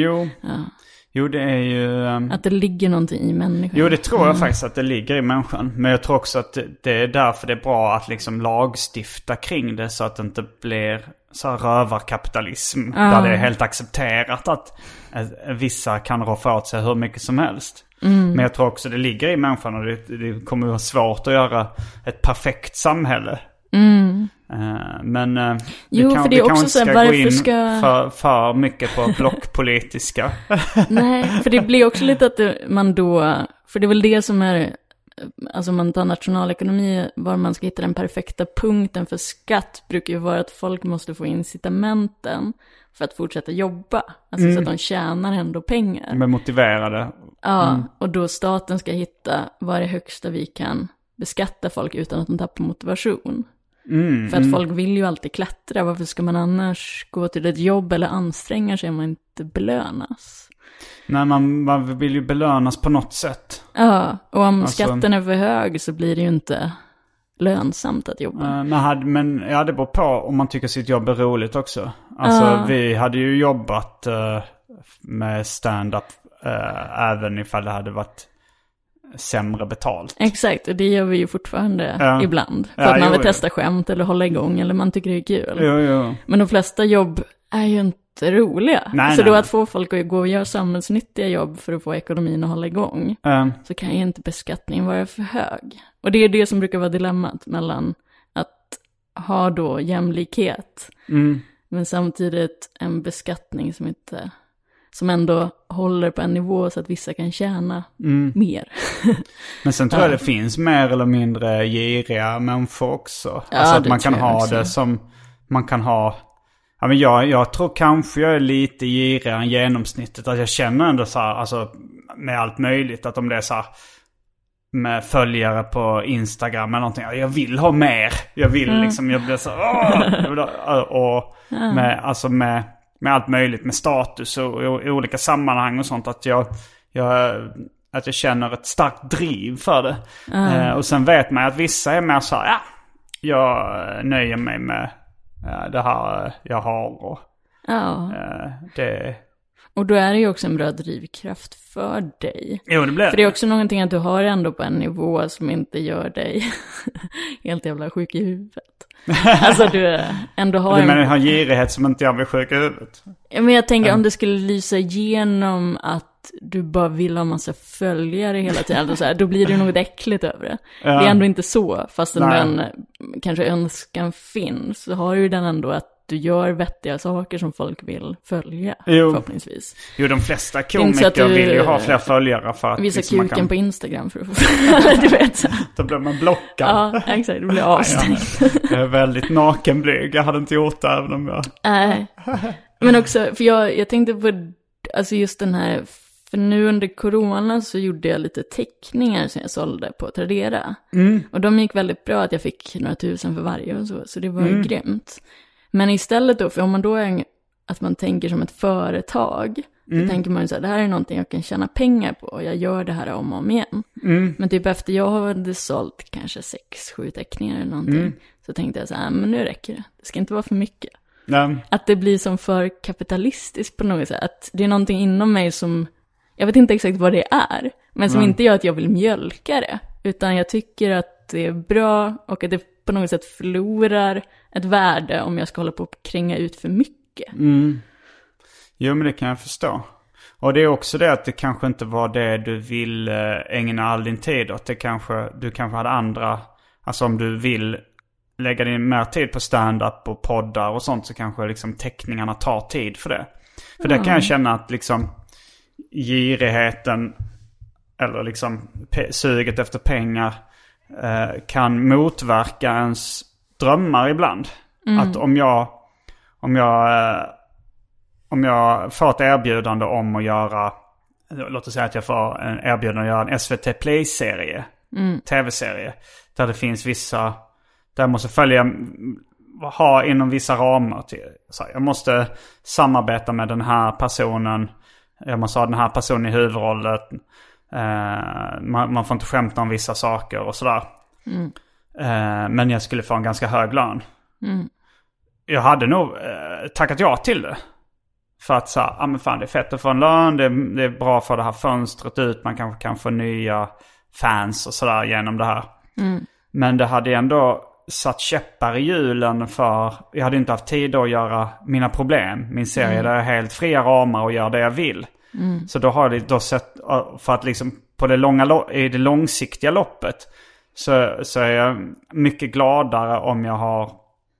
Jo, det är ju... Att det ligger någonting i människan. Jo, det tror jag faktiskt att det ligger i människan. Men jag tror också att det är därför det är bra att liksom lagstifta kring det, så att det inte blir så här rövarkapitalism. Där det är helt accepterat att vissa kan roffa åt sig hur mycket som helst. Men jag tror också det ligger i människan, och det kommer att vara svårt att göra ett perfekt samhälle. Men vi kan inte ska gå in för mycket på blockpolitiska. Nej, för det blir också lite att man då, för det är väl det som är alltså man tar nationalekonomi, var man ska hitta den perfekta punkten för skatt brukar ju vara att folk måste få incitamenten för att fortsätta jobba. Alltså så att de tjänar ändå pengar. De är motiverade. Ja, och då staten ska hitta vad är det högsta vi kan beskatta folk utan att de tappar motivation. För att folk vill ju alltid klättra. Varför ska man annars gå till ett jobb eller anstränga sig om man inte belönas? Nej, man vill ju belönas på något sätt. Ja, och om skatten är för hög så blir det ju inte lönsamt att jobba. Men ja, det beror på om man tycker sitt jobb är roligt också. Alltså vi hade ju jobbat med stand-up även ifall det hade varit sämre betalt. Exakt, och det gör vi ju fortfarande ibland. För att man vill testa skämt eller hålla igång eller man tycker det är kul. Jo. Men de flesta jobb är ju inte roliga. Så då att få folk att gå och göra samhällsnyttiga jobb för att få ekonomin att hålla igång så kan ju inte beskattningen vara för hög. Och det är det som brukar vara dilemmat mellan att ha då jämlikhet men samtidigt en beskattning som ändå håller på en nivå så att vissa kan tjäna mer. Men sen tror jag det finns mer eller mindre giriga människor också. Alltså att man kan ha det som man kan ha. Ja, men jag tror kanske jag är lite girigare än genomsnittet. Att jag känner ändå så här, alltså med allt möjligt. Att om det är så här, med följare på Instagram eller någonting. Jag vill ha mer. Jag vill liksom, jag blir så och med allt möjligt, med status och olika sammanhang och sånt, att jag känner ett starkt driv för det. Och sen vet man att vissa är mer så här, jag nöjer mig med det här jag har och det. Och då är det ju också en bra drivkraft för dig. Jo, det blir. För det är också någonting att du har ändå på en nivå som inte gör dig helt jävla sjuk i huvudet. Alltså du ändå har men har girighet som inte jag blir sjuk i huvudet. Men jag tänker om det skulle lysa igenom att du bara vill ha massa följare hela tiden så här, då blir det något äckligt över det. Det är ändå inte så, fast den kanske önskan finns, så har ju den ändå att du gör vettiga saker som folk vill följa, förhoppningsvis. Jo, de flesta komiker vill ju ha fler följare för att visa kuken kan på Instagram för att få du vet så. Då blir man blockad. Ja, exakt, det blir avstängt. Jag är väldigt nakenblyg. Jag hade inte gjort det även om jag... Men också, för jag tänkte på alltså just den här, för nu under corona så gjorde jag lite teckningar som jag sålde på Tradera. Och de gick väldigt bra, att jag fick några tusen för varje och så det var ju grymt. Men istället då, för om man då är att man tänker som ett företag, då tänker man ju så här, det här är någonting jag kan tjäna pengar på och jag gör det här om och om igen. Men typ efter jag hade sålt kanske 6-7 teckningar eller någonting, så tänkte jag så här, men nu räcker det. Det ska inte vara för mycket. Att det blir som för kapitalistiskt på något sätt. Att det är någonting inom mig som, jag vet inte exakt vad det är, men som inte gör att jag vill mjölka det. Utan jag tycker att det är bra och att det på något sätt förlorar ett värde om jag ska hålla på att kränga ut för mycket. Jo, men det kan jag förstå. Och det är också det att det kanske inte var det du vill ägna all din tid åt. Du kanske hade andra, alltså om du vill lägga din mer tid på stand-up och poddar och sånt, så kanske liksom teckningarna tar tid för det. För där kan jag känna att liksom girigheten eller liksom suget efter pengar kan motverka ens drömmar ibland. Att om jag får ett erbjudande om att göra, låt oss säga att jag får en erbjudande att göra en SVT Play-serie, tv-serie, där det finns vissa, där jag måste ha inom vissa ramar till, så jag måste samarbeta med den här personen, jag måste ha den här personen i huvudrollen, man får inte skämta om vissa saker och sådär. Men jag skulle få en ganska hög lön. Jag hade nog tackat ja till det. För att säga, men fan, det är fett att få en lön, det är bra för det här fönstret ut, man kanske kan få nya fans och sådär genom det här. Men det hade ändå satt käppar i hjulen, för jag hade inte haft tid att göra mina problem. Min serie där är helt fria ramar och gör det jag vill. Så då har det då sett, för att liksom på i det långsiktiga loppet så är jag mycket gladare om jag har.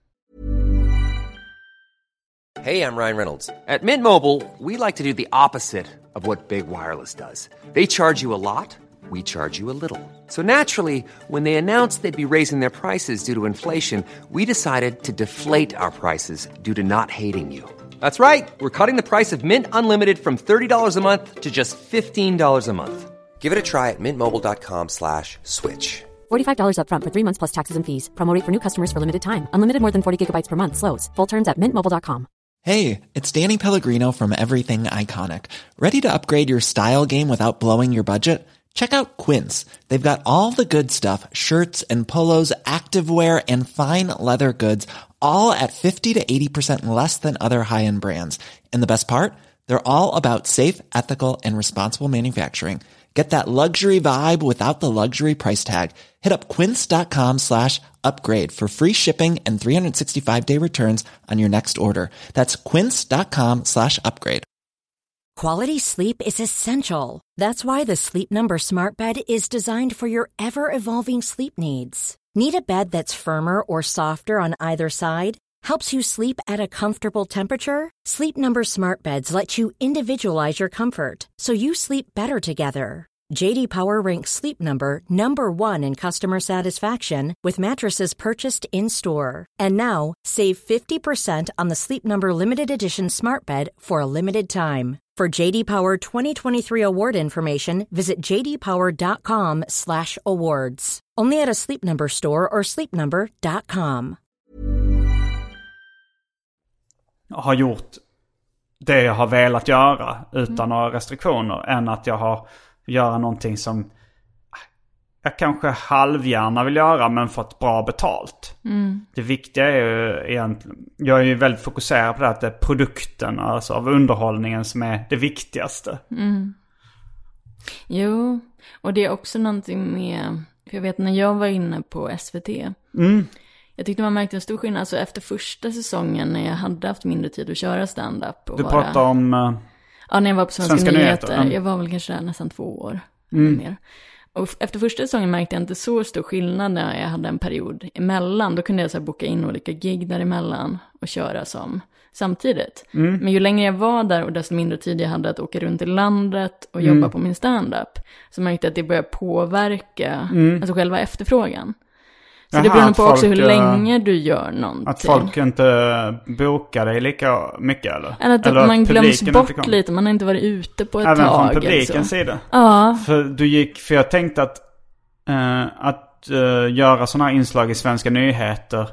Hey, I'm Ryan Reynolds. At Mint Mobile, we like to do the opposite of what Big Wireless does. They charge you a lot. we charge you a little. So naturally, when they announced they'd be raising their prices due to inflation, we decided to deflate our prices due to not hating you. That's right. We're cutting the price of Mint Unlimited from $30 a month to just $15 a month. Give it a try at mintmobile.com/switch. $45 up front for 3 months plus taxes and fees. Promo rate for new customers for limited time. Unlimited more than 40 gigabytes per month. Slows full terms at mintmobile.com. Hey, it's Danny Pellegrino from Everything Iconic. Ready to upgrade your style game without blowing your budget? Check out Quince. They've got all the good stuff, shirts and polos, activewear, and fine leather goods, all at 50 to 80% less than other high-end brands. And the best part? They're all about safe, ethical, and responsible manufacturing. Get that luxury vibe without the luxury price tag. Hit up quince.com/upgrade for free shipping and 365-day returns on your next order. That's quince.com/upgrade. Quality sleep is essential. That's why the Sleep Number Smart Bed is designed for your ever-evolving sleep needs. Need a bed that's firmer or softer on either side? Helps you sleep at a comfortable temperature? Sleep Number Smart Beds let you individualize your comfort, so you sleep better together. J.D. Power ranks Sleep Number #1 in customer satisfaction with mattresses purchased in-store. And now, save 50% on the Sleep Number Limited Edition Smart Bed for a limited time. For J.D. Power 2023 award information, visit jdpower.com/awards. Only at a Sleep Number store or sleepnumber.com. Har gjort det jag har velat göra utan några restriktioner än att jag har göra någonting som jag kanske halvgärna vill göra men fått bra betalt. Det viktiga är ju egentligen, jag är ju väldigt fokuserad på det att det är produkten, alltså av underhållningen, som är det viktigaste. Jo, och det är också någonting med, för jag vet när jag var inne på SVT, jag tyckte man märkte en stor skillnad. Alltså efter första säsongen när jag hade haft mindre tid att köra stand-up. Du pratar om... Ja, när jag var på Svenska Nyheter. Jag var väl kanske där nästan 2 år. Mer. Och efter första säsongen märkte jag inte så stor skillnad när jag hade en period emellan. Då kunde jag så här boka in olika gig däremellan och köra som samtidigt. Men ju längre jag var där och desto mindre tid jag hade att åka runt i landet och jobba på min stand-up, så märkte jag att det började påverka alltså själva efterfrågan. Så det beror på också hur länge du gör någonting. Att folk inte bokar dig lika mycket eller? Eller att man glöms bort lite. Man har inte varit ute på ett tag. Även från publikens sida? Ja. För jag tänkte att göra sådana här inslag i Svenska Nyheter.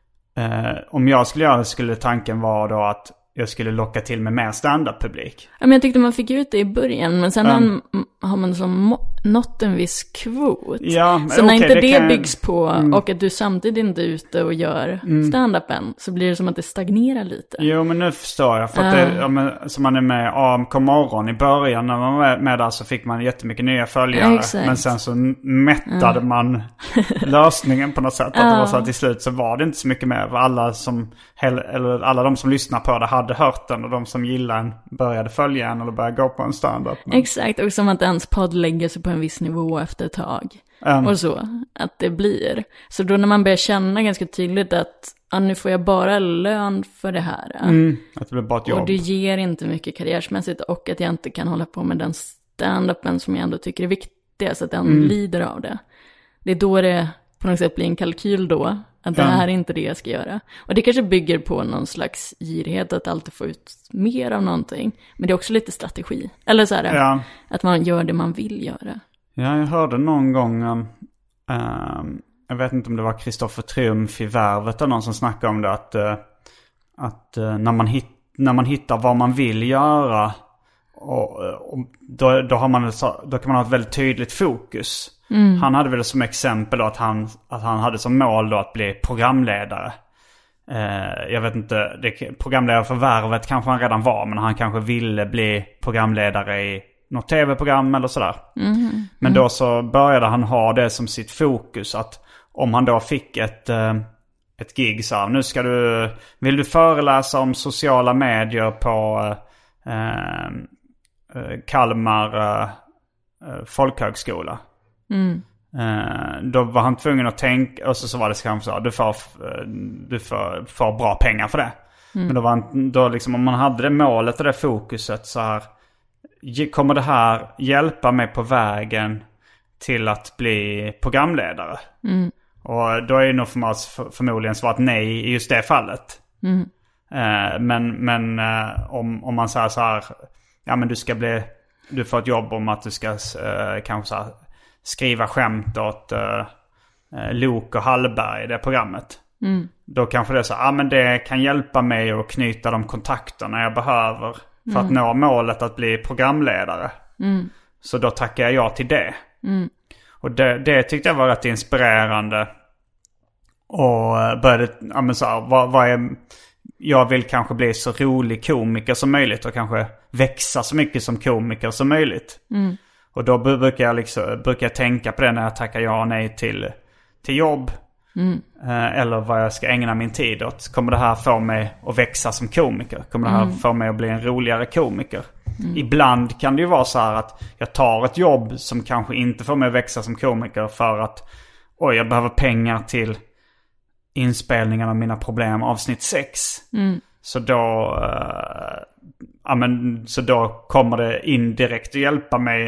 Om jag skulle göra det, skulle tanken vara då att jag skulle locka till med mer stand-up-publik. Ja, men jag tyckte man fick ut det i början. Men sen har man som nått en viss kvot. Ja, så när inte det byggs på och att du samtidigt inte är ute och gör stand-upen, så blir det som att det stagnerar lite. Jo, men nu förstår jag. För att så man är med AMK morgon i början, när man var med där, så fick man jättemycket nya följare. Exakt. Men sen så mättade man lösningen på något sätt. Att det var så att till slut så var det inte så mycket mer. Alla de som lyssnar på det hade hört den, och de som gillar den började följa den eller började gå på en stand-up. Exakt, och som att ens podd lägger sig på en viss nivå efter ett tag. Och så, att det blir. Så då när man börjar känna ganska tydligt att nu får jag bara lön för det här. Att det blir bara ett jobb. Och det ger inte mycket karriärsmässigt, och att jag inte kan hålla på med den stand-upen som jag ändå tycker är viktig, så att den lider av det. Det är då det på något sätt blir en kalkyl då. Att det här är inte det jag ska göra. Och det kanske bygger på någon slags girighet, att alltid få ut mer av någonting. Men det är också lite strategi. Eller så här, att man gör det man vill göra. Ja, jag hörde någon gång, jag vet inte om det var Kristoffer Triumf i Värvet eller någon som snackade om det. Att när man hittar vad man vill göra, och då kan man ha ett väldigt tydligt fokus. Han hade väl som exempel då att han hade som mål då att bli programledare. Jag vet inte, programledare för Värvet kanske han redan var, men han kanske ville bli programledare i något tv-program eller sådär. Men då så började han ha det som sitt fokus, att om han då fick ett gig, så här, vill du föreläsa om sociala medier på Kalmar folkhögskola. Då var han tvungen att tänka, och så var det kanske så, du får bra pengar för det. Men då liksom, om man hade det målet och det fokuset, så här, kommer det här hjälpa mig på vägen till att bli programledare. Och då är ju nog förmodligen svarat nej i just det fallet. Men om man säger så här, ja men du får ett jobb om att du ska kanske så här, skriva skämt åt Lok och Hallberg i det programmet. Då kanske det är så, ja men det kan hjälpa mig att knyta de kontakterna jag behöver för att nå målet att bli programledare. Så då tackar jag ja till det. Och det tyckte jag var rätt inspirerande. Och började, ja men så här, vad är... Jag vill kanske bli så rolig komiker som möjligt och kanske växa så mycket som komiker som möjligt. Och då brukar jag tänka på det när jag tackar ja och nej till jobb. Eller vad jag ska ägna min tid åt. Kommer det här få mig att växa som komiker? Kommer det här få mig att bli en roligare komiker? Ibland kan det ju vara så här att jag tar ett jobb som kanske inte får mig att växa som komiker för att jag behöver pengar till inspelningen av Mina problem avsnitt 6. Så då kommer det indirekt att hjälpa mig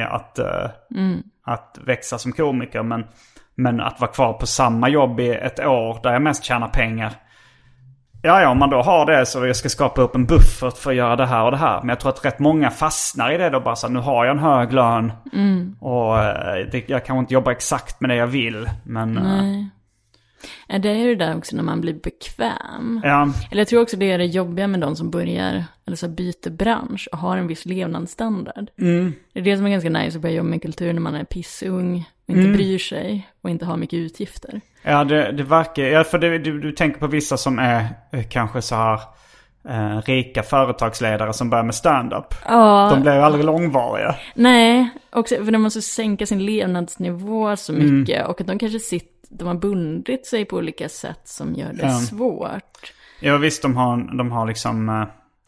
att växa som komiker. Men att vara kvar på samma jobb i ett år där jag mest tjänar pengar. Ja, om man då har det så jag ska skapa upp en buffert för att göra det här och det här. Men jag tror att rätt många fastnar i det då bara så nu har jag en hög lön. Och jag kan inte jobba exakt med det jag vill. Men... Nej. Det är ju det där också när man blir bekväm. Ja. Eller jag tror också det är det jobbiga med de som börjar eller så byter bransch och har en viss levnadsstandard. Det är det som är ganska nice att börja jobba med kultur när man är pissung och inte bryr sig och inte har mycket utgifter. Ja, det verkar... Ja, för du tänker på vissa som är kanske så här rika företagsledare som börjar med stand-up. Ja. De blir ju aldrig långvariga. Nej, också för de måste sänka sin levnadsnivå så mycket och att de kanske de har bundit sig på olika sätt som gör det svårt. Ja visst, de har liksom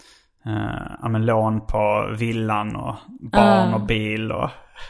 lån på villan och barn och bil. Och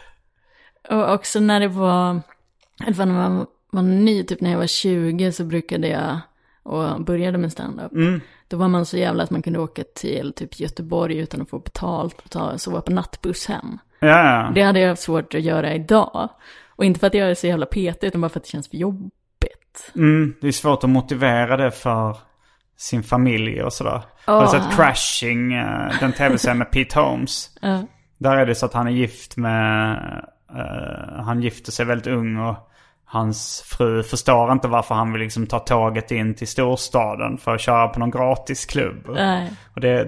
också när det var när man var ny, typ när jag var 20 så brukade jag och började med stand-up. Då var man så jävla att man kunde åka till typ Göteborg utan att få betalt och sova på nattbuss hem. Ja. Det hade jag svårt att göra idag. Och inte för att jag är så jävla petig utan bara för att det känns för jobbigt. Det är svårt att motivera det för sin familj och sådär. Har du sett Crashing, den tv-serien med Pete Holmes? Där är det så att han är gift med... han gifter sig väldigt ung och hans fru förstår inte varför han vill liksom ta tåget in till storstaden för att köra på någon gratisklubb. Och det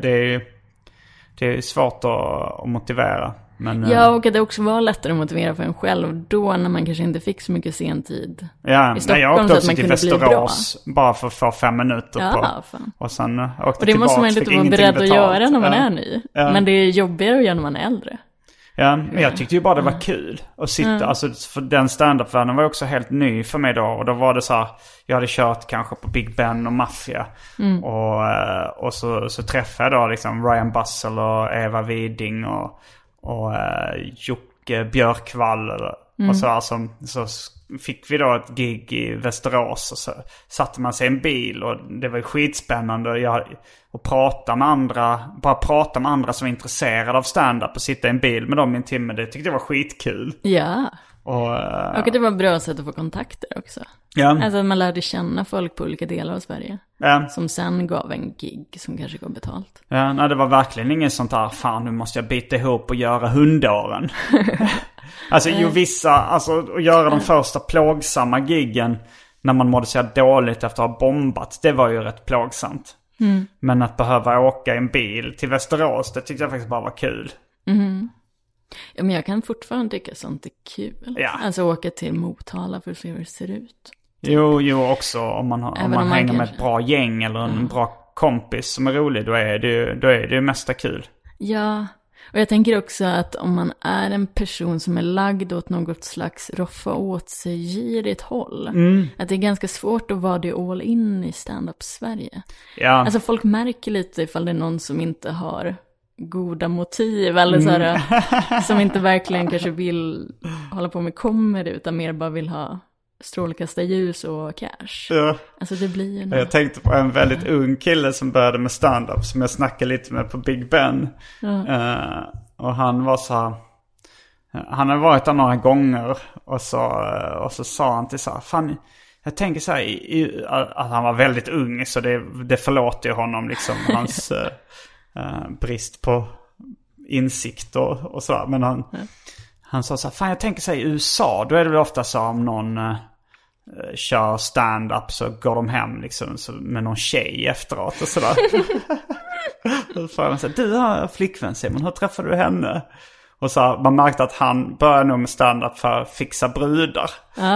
är svårt att motivera. Men, ja, och att det också var lättare att motivera för en själv då när man kanske inte fick så mycket sentid. Ja, i Stockholm, jag åkte också till Västerås bara för att få 5 minuter på. Fan. Och sen åkte och det måste man inte vara beredd att göra när man är ny. Ja. Men det är jobbigare att göra när man är äldre. Ja, men jag tyckte ju bara det var kul att sitta, alltså för den stand-up-världen var också helt ny för mig då. Och då var det så här, jag hade kört kanske på Big Ben och Mafia. Och så träffade jag då liksom Ryan Bussell och Eva Widing och Jocke Björkvall och så fick vi då ett gig i Västerås och så satte man sig i en bil och det var skitspännande att prata med andra som var intresserade av stand-up och sitta i en bil med dem i en timme. Det tyckte jag var skitkul. Ja. Och det var ett bra sätt att få kontakter också. Ja. Alltså att man lärde känna folk på olika delar av Sverige. Ja. Som sen gav en gig som kanske gav betalt. Ja, nej, det var verkligen ingen sånt där, fan nu måste jag bita ihop och göra 100 åren. Alltså att göra de första plågsamma giggen när man mådde så dåligt efter att ha bombat, det var ju rätt plågsamt. Men att behöva åka i en bil till Västerås, det tyckte jag faktiskt bara var kul. Ja, men jag kan fortfarande tycka sånt är kul. Ja. Alltså åka till Motala för att se hur det ser ut. Jo också om man hänger med ett bra gäng eller en bra kompis som är rolig, då är det mesta kul. Ja, och jag tänker också att om man är en person som är lagd åt något slags roffa åt sig girigt håll, att det är ganska svårt att vara det all in i stand-up Sverige. Ja. Alltså folk märker lite ifall det är någon som inte har goda motiv eller så här, som inte verkligen kanske vill hålla på med comedy utan mer bara vill ha strålkastarljus och cash. Ja. Alltså det blir ju jag tänkte på en väldigt ung kille som började med stand-up som jag snackade lite med på Big Ben. Och han var så här, Han har varit där några gånger och så sa han till så här, fan, jag tänker så här att han var väldigt ung, så det förlåter honom liksom hans brist på insikt och så. Men han sa så här, fan, jag tänker så här, i USA då är det väl ofta så om någon kör stand-up så går de hem liksom med någon tjej efteråt och sådär. Då frågade han så här, du har flickvän Simon, hur träffade du henne? Och så man märkte att han började nog med stand-up för att fixa brudar.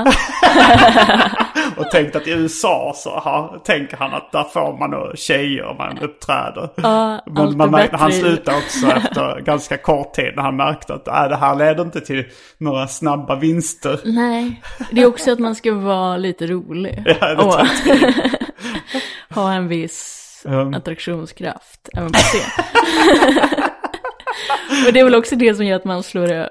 Och tänkte att i USA så tänker han att där får man och tjejer och man uppträder. Men man märkte, han slutade också efter ganska kort tid när han märkte att det här leder inte till några snabba vinster. Nej, det är också att man ska vara lite rolig. Och ha en viss attraktionskraft även på scen. Och det är väl också det som gör att man slår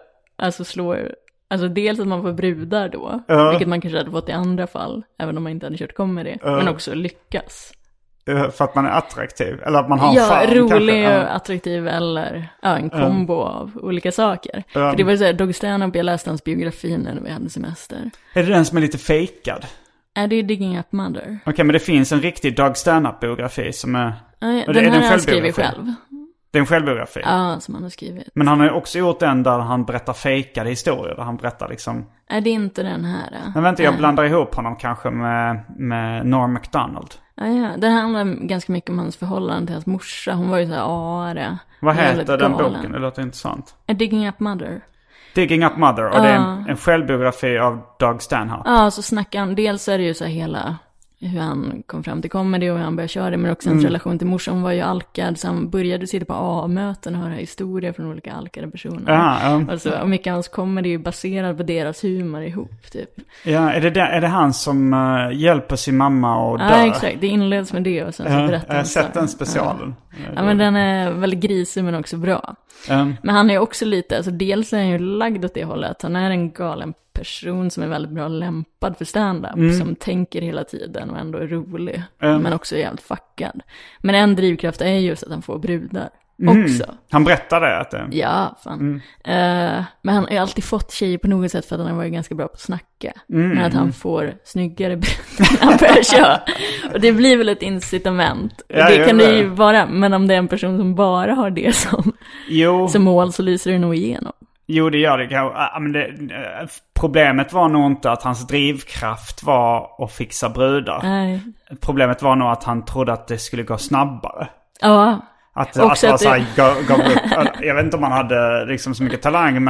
dels att man får brudar då, vilket man kanske hade fått i andra fall, även om man inte hade kört comedy, men också lyckas. För att man är attraktiv, eller att man har fan, rolig och attraktiv, eller en kombo av olika saker. För det var så här, Dog Stanhope, jag läste hans biografi när vi hade semester. Är det den som är lite fejkad? Det är Digging Up Mother. Okej, men det finns en riktig Dog Stanhope-biografi som är... den här har han skrivit själv. Det är en självbiografi? Ja, som han har skrivit. Men han har ju också gjort en där han berättar fejkade historier. Där han berättar liksom... Nej, det är inte den här. Men vänta, jag blandar ihop honom kanske med Norm Macdonald. Ja. Den handlar ganska mycket om hans förhållande till hans morsa. Hon var ju så här Vad heter den boken? Det låter intressant. Digging Up Mother. Digging Up Mother. Och det är en självbiografi av Doug Stanhope. Ja, så snackar han. Dels är det ju så här hela... hur han kom fram till comedy och hur han började köra det, men också hans relation till morsan. Hon var ju alkad, så han började sitta på A-möten och höra historier från olika alkade personer. Och mycket av hans comedy är ju baserad på deras humor ihop, typ. Ja, är det han som hjälper sin mamma och dö? Ja, exakt. Det inleds med det och sen så berättar jag har sett den specialen. Ja, men den är väldigt grisig men också bra. Men han är också lite, alltså dels är han ju lagd åt det hållet. Han är en galen person som är väldigt bra lämpad för stand-up, som tänker hela tiden och ändå är rolig, men också är jävligt fuckad. Men en drivkraft är just att han får brudar också. Han berättar det att det... Ja, fan. Men han har ju alltid fått tjejer på något sätt för att han var ju ganska bra på att snacka. Men att han får snyggare brudar när han börjar köra. Och det blir väl ett incitament. Och det kan det ju vara, men om det är en person som bara har det som mål, så lyser det nog igenom. Jo, det gör det. Men problemet var nog inte att hans drivkraft var att fixa brudar. Nej. Problemet var nog att han trodde att det skulle gå snabbare. Ja. Att gav upp. Jag vet inte om han hade liksom så mycket talang,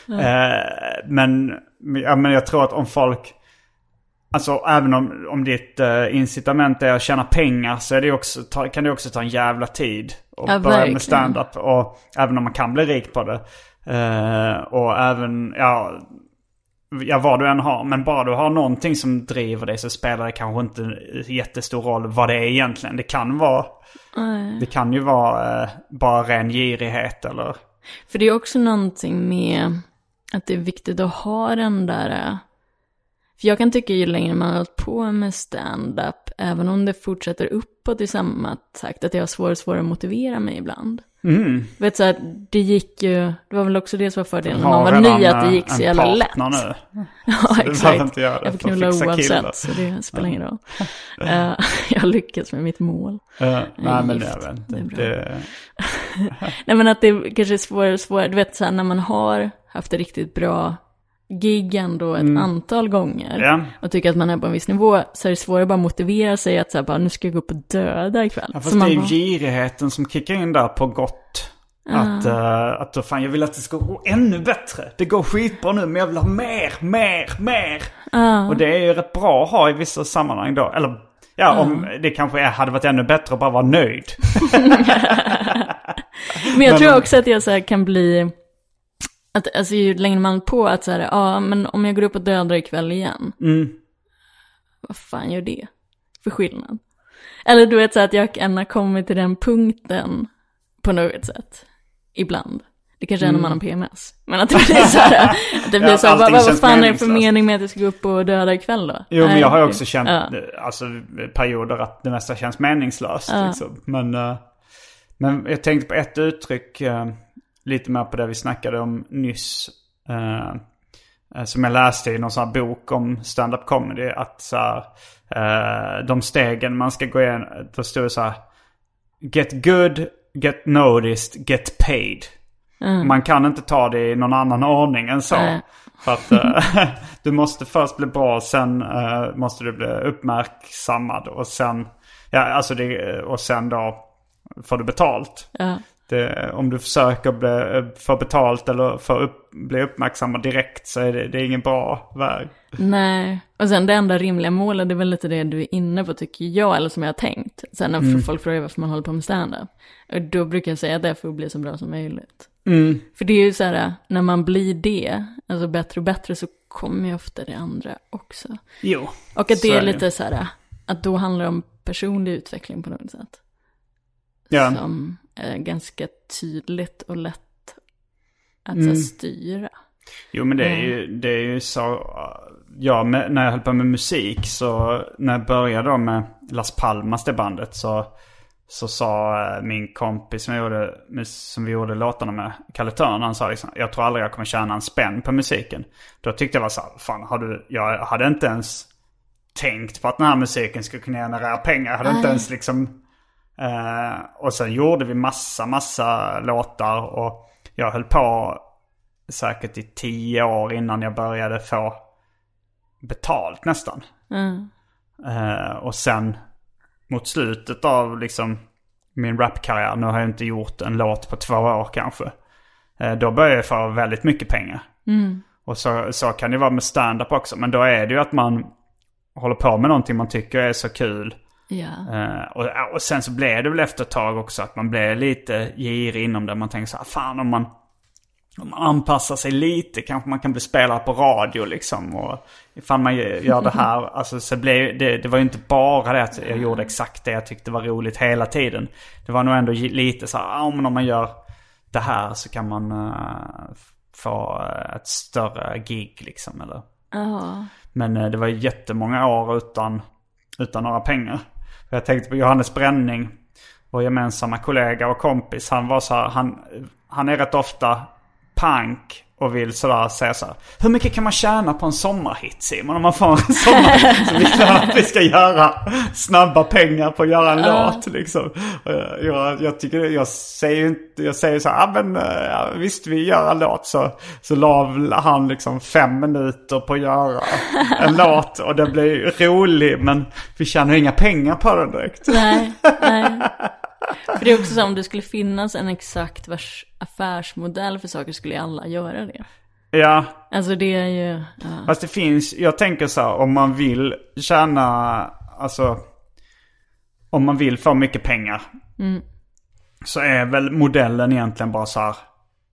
men jag tror att om folk... Alltså även om ditt incitament är att tjäna pengar, så är det också, kan det också ta en jävla tid att börja med stand-up. Och även om man kan bli rik på det. Och även vad du än har, men bara du har någonting som driver dig, så spelar det kanske inte jättestor roll vad det är egentligen. Det kan ju vara bara ren girighet eller... För det är också någonting med att det är viktigt att ha den där... För jag kan tycka ju längre man har hållit på med stand-up, även om det fortsätter uppåt i samma takt, att jag har svårare att motivera mig ibland. Vet så att det var väl också det som var fördelen när man var ny, att det gick så jävla lätt. Nu. Ja, exakt. Jag får knulla oavsett, så det spelar ingen roll. Jag lyckas med mitt mål. Nej, men jag vet inte. Nej, men att det kanske är svårare. Du vet så här, när man har haft det riktigt bra gig ändå ett antal gånger och tycker att man är på en viss nivå, så är det svårare bara motivera sig att så här, bara, nu ska jag gå upp och döda ikväll. Ja, fast det är ju girigheten som kickar in där på gott. Att fan, jag vill att det ska gå ännu bättre. Det går skitbra nu, men jag vill ha mer. Och det är ju rätt bra att ha i vissa sammanhang då. Eller om det kanske hade varit ännu bättre att bara vara nöjd. Men jag tror också att jag så här kan bli... Att, alltså ju längre man på att så här, men om jag går upp och dödar ikväll igen. Vad fan gör det för skillnad? Eller du vet så att jag än har kommit till den punkten på något sätt. Ibland. Det kanske är när man har PMS. Men att det blir så här, att det blir så här, vad fan är det för mening med att jag ska gå upp och döda ikväll då? Jo, men jag har ju också känt alltså, perioder att det mesta känns meningslöst. Liksom. Men jag tänkte på ett uttryck... lite mer på det vi snackade om nyss. som jag läste i någon sån här bok om stand-up comedy, att så här, de stegen man ska gå igenom, då står det så här: get good, get noticed, get paid. Man kan inte ta det i någon annan ordning än så. För att du måste först bli bra, sen måste du bli uppmärksammad, och sen och sen då får du betalt. Om du försöker få betalt eller bli uppmärksammad direkt, så är det ingen bra väg. Nej, och sen det enda rimliga målet, det är väl lite det du är inne på, tycker jag, eller som jag har tänkt. Sen när folk frågar varför man håller på med stand-up, och då brukar jag säga att det är för att bli så bra som möjligt. För det är ju så här, när man blir det, alltså bättre och bättre, så kommer ju ofta det andra också. Jo. Och att det är lite så här, att då handlar det om personlig utveckling på något sätt. Ja. Som är ganska tydligt och lätt att så styra. Jo, men det är ju så. Ja, när jag höll på med musik, så när jag började då med Las Palmas, det bandet, så sa min kompis som vi gjorde låtarna med, Kalle Törn, han sa liksom: jag tror aldrig jag kommer tjäna en spänn på musiken. Då tyckte jag var så här, fan, jag hade inte ens tänkt på att den här musiken skulle kunna generera pengar. Jag hade inte ens liksom och sen gjorde vi massa låtar, och jag höll på säkert i 10 år innan jag började få betalt nästan. Och sen mot slutet av liksom min rapkarriär, nu har jag inte gjort en låt på 2 år kanske, då började jag få väldigt mycket pengar. Och så kan det vara med stand-up också, men då är det ju att man håller på med någonting man tycker är så kul. Och sen så blev det väl efter ett tag också att man blev lite girig inom det. Man tänker så här, fan, om man anpassar sig lite kanske man kan bli spelare på radio liksom. Och ifall man gör det här, alltså, så blev det var ju inte bara det att jag gjorde exakt det jag tyckte var roligt hela tiden. Det var nog ändå lite så här, om man gör det här så kan man få ett större gig liksom, eller. Men det var jättemånga år utan några pengar. Jag tänkte på Johannes Bränning, vår gemensamma kollega och kompis. Han var så här, han är rätt ofta punk och vill sådär säga så här: hur mycket kan man tjäna på en sommarhit, Simon? Om man får en sommarhit så vill han att vi ska göra snabba pengar på att göra en låt liksom. Jag tycker, jag säger så här, men visst, vi gör en låt, så la han liksom 5 minuter på att göra en låt, och det blir rolig, men vi tjänar inga pengar på den direkt. Nej. För det är också så, om det skulle finnas en exakt affärsmodell för saker, skulle alla göra det. Ja. Alltså det är ju... Fast det finns, jag tänker så här, om man vill tjäna, alltså om man vill få mycket pengar, så är väl modellen egentligen bara så här: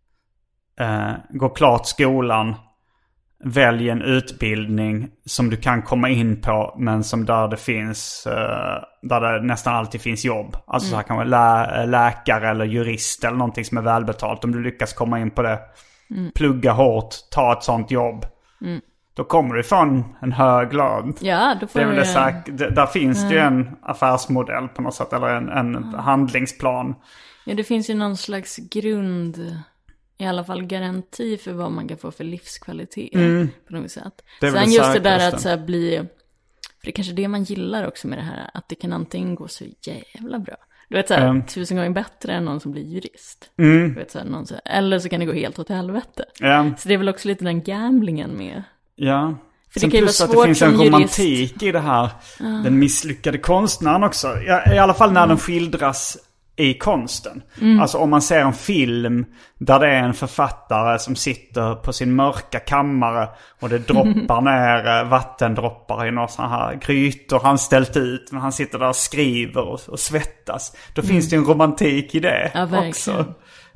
gå klart skolan, välj en utbildning som du kan komma in på, men som där det finns, där det nästan alltid finns jobb. Alltså så här kan vara läkare eller jurist eller någonting som är välbetalt. Om du lyckas komma in på det, plugga hårt, ta ett sånt jobb, då kommer du få en hög lön. Ja, då får det är väl där finns det ju en affärsmodell på något sätt, eller en handlingsplan. Ja, det finns ju någon slags grund, i alla fall garanti för vad man kan få för livskvalitet på något sätt. Sen just det där att så här bli, för det är kanske det man gillar också med det här, att det kan antingen gå så jävla bra. Du vet så här, 1000 gånger bättre än någon som blir jurist. Du vet, så här, någon så här, eller så kan det gå helt åt helvete. Så det är väl också lite den gamblingen med. Ja. För sen det kan ju vara att det finns en romantik i det här. Den misslyckade konstnären också. I alla fall när den skildras i konsten. Alltså om man ser en film där det är en författare som sitter på sin mörka kammare och det droppar ner vattendroppar i några sådana här grytor han ställt ut, men han sitter där och skriver och svettas. Då finns det en romantik i det också.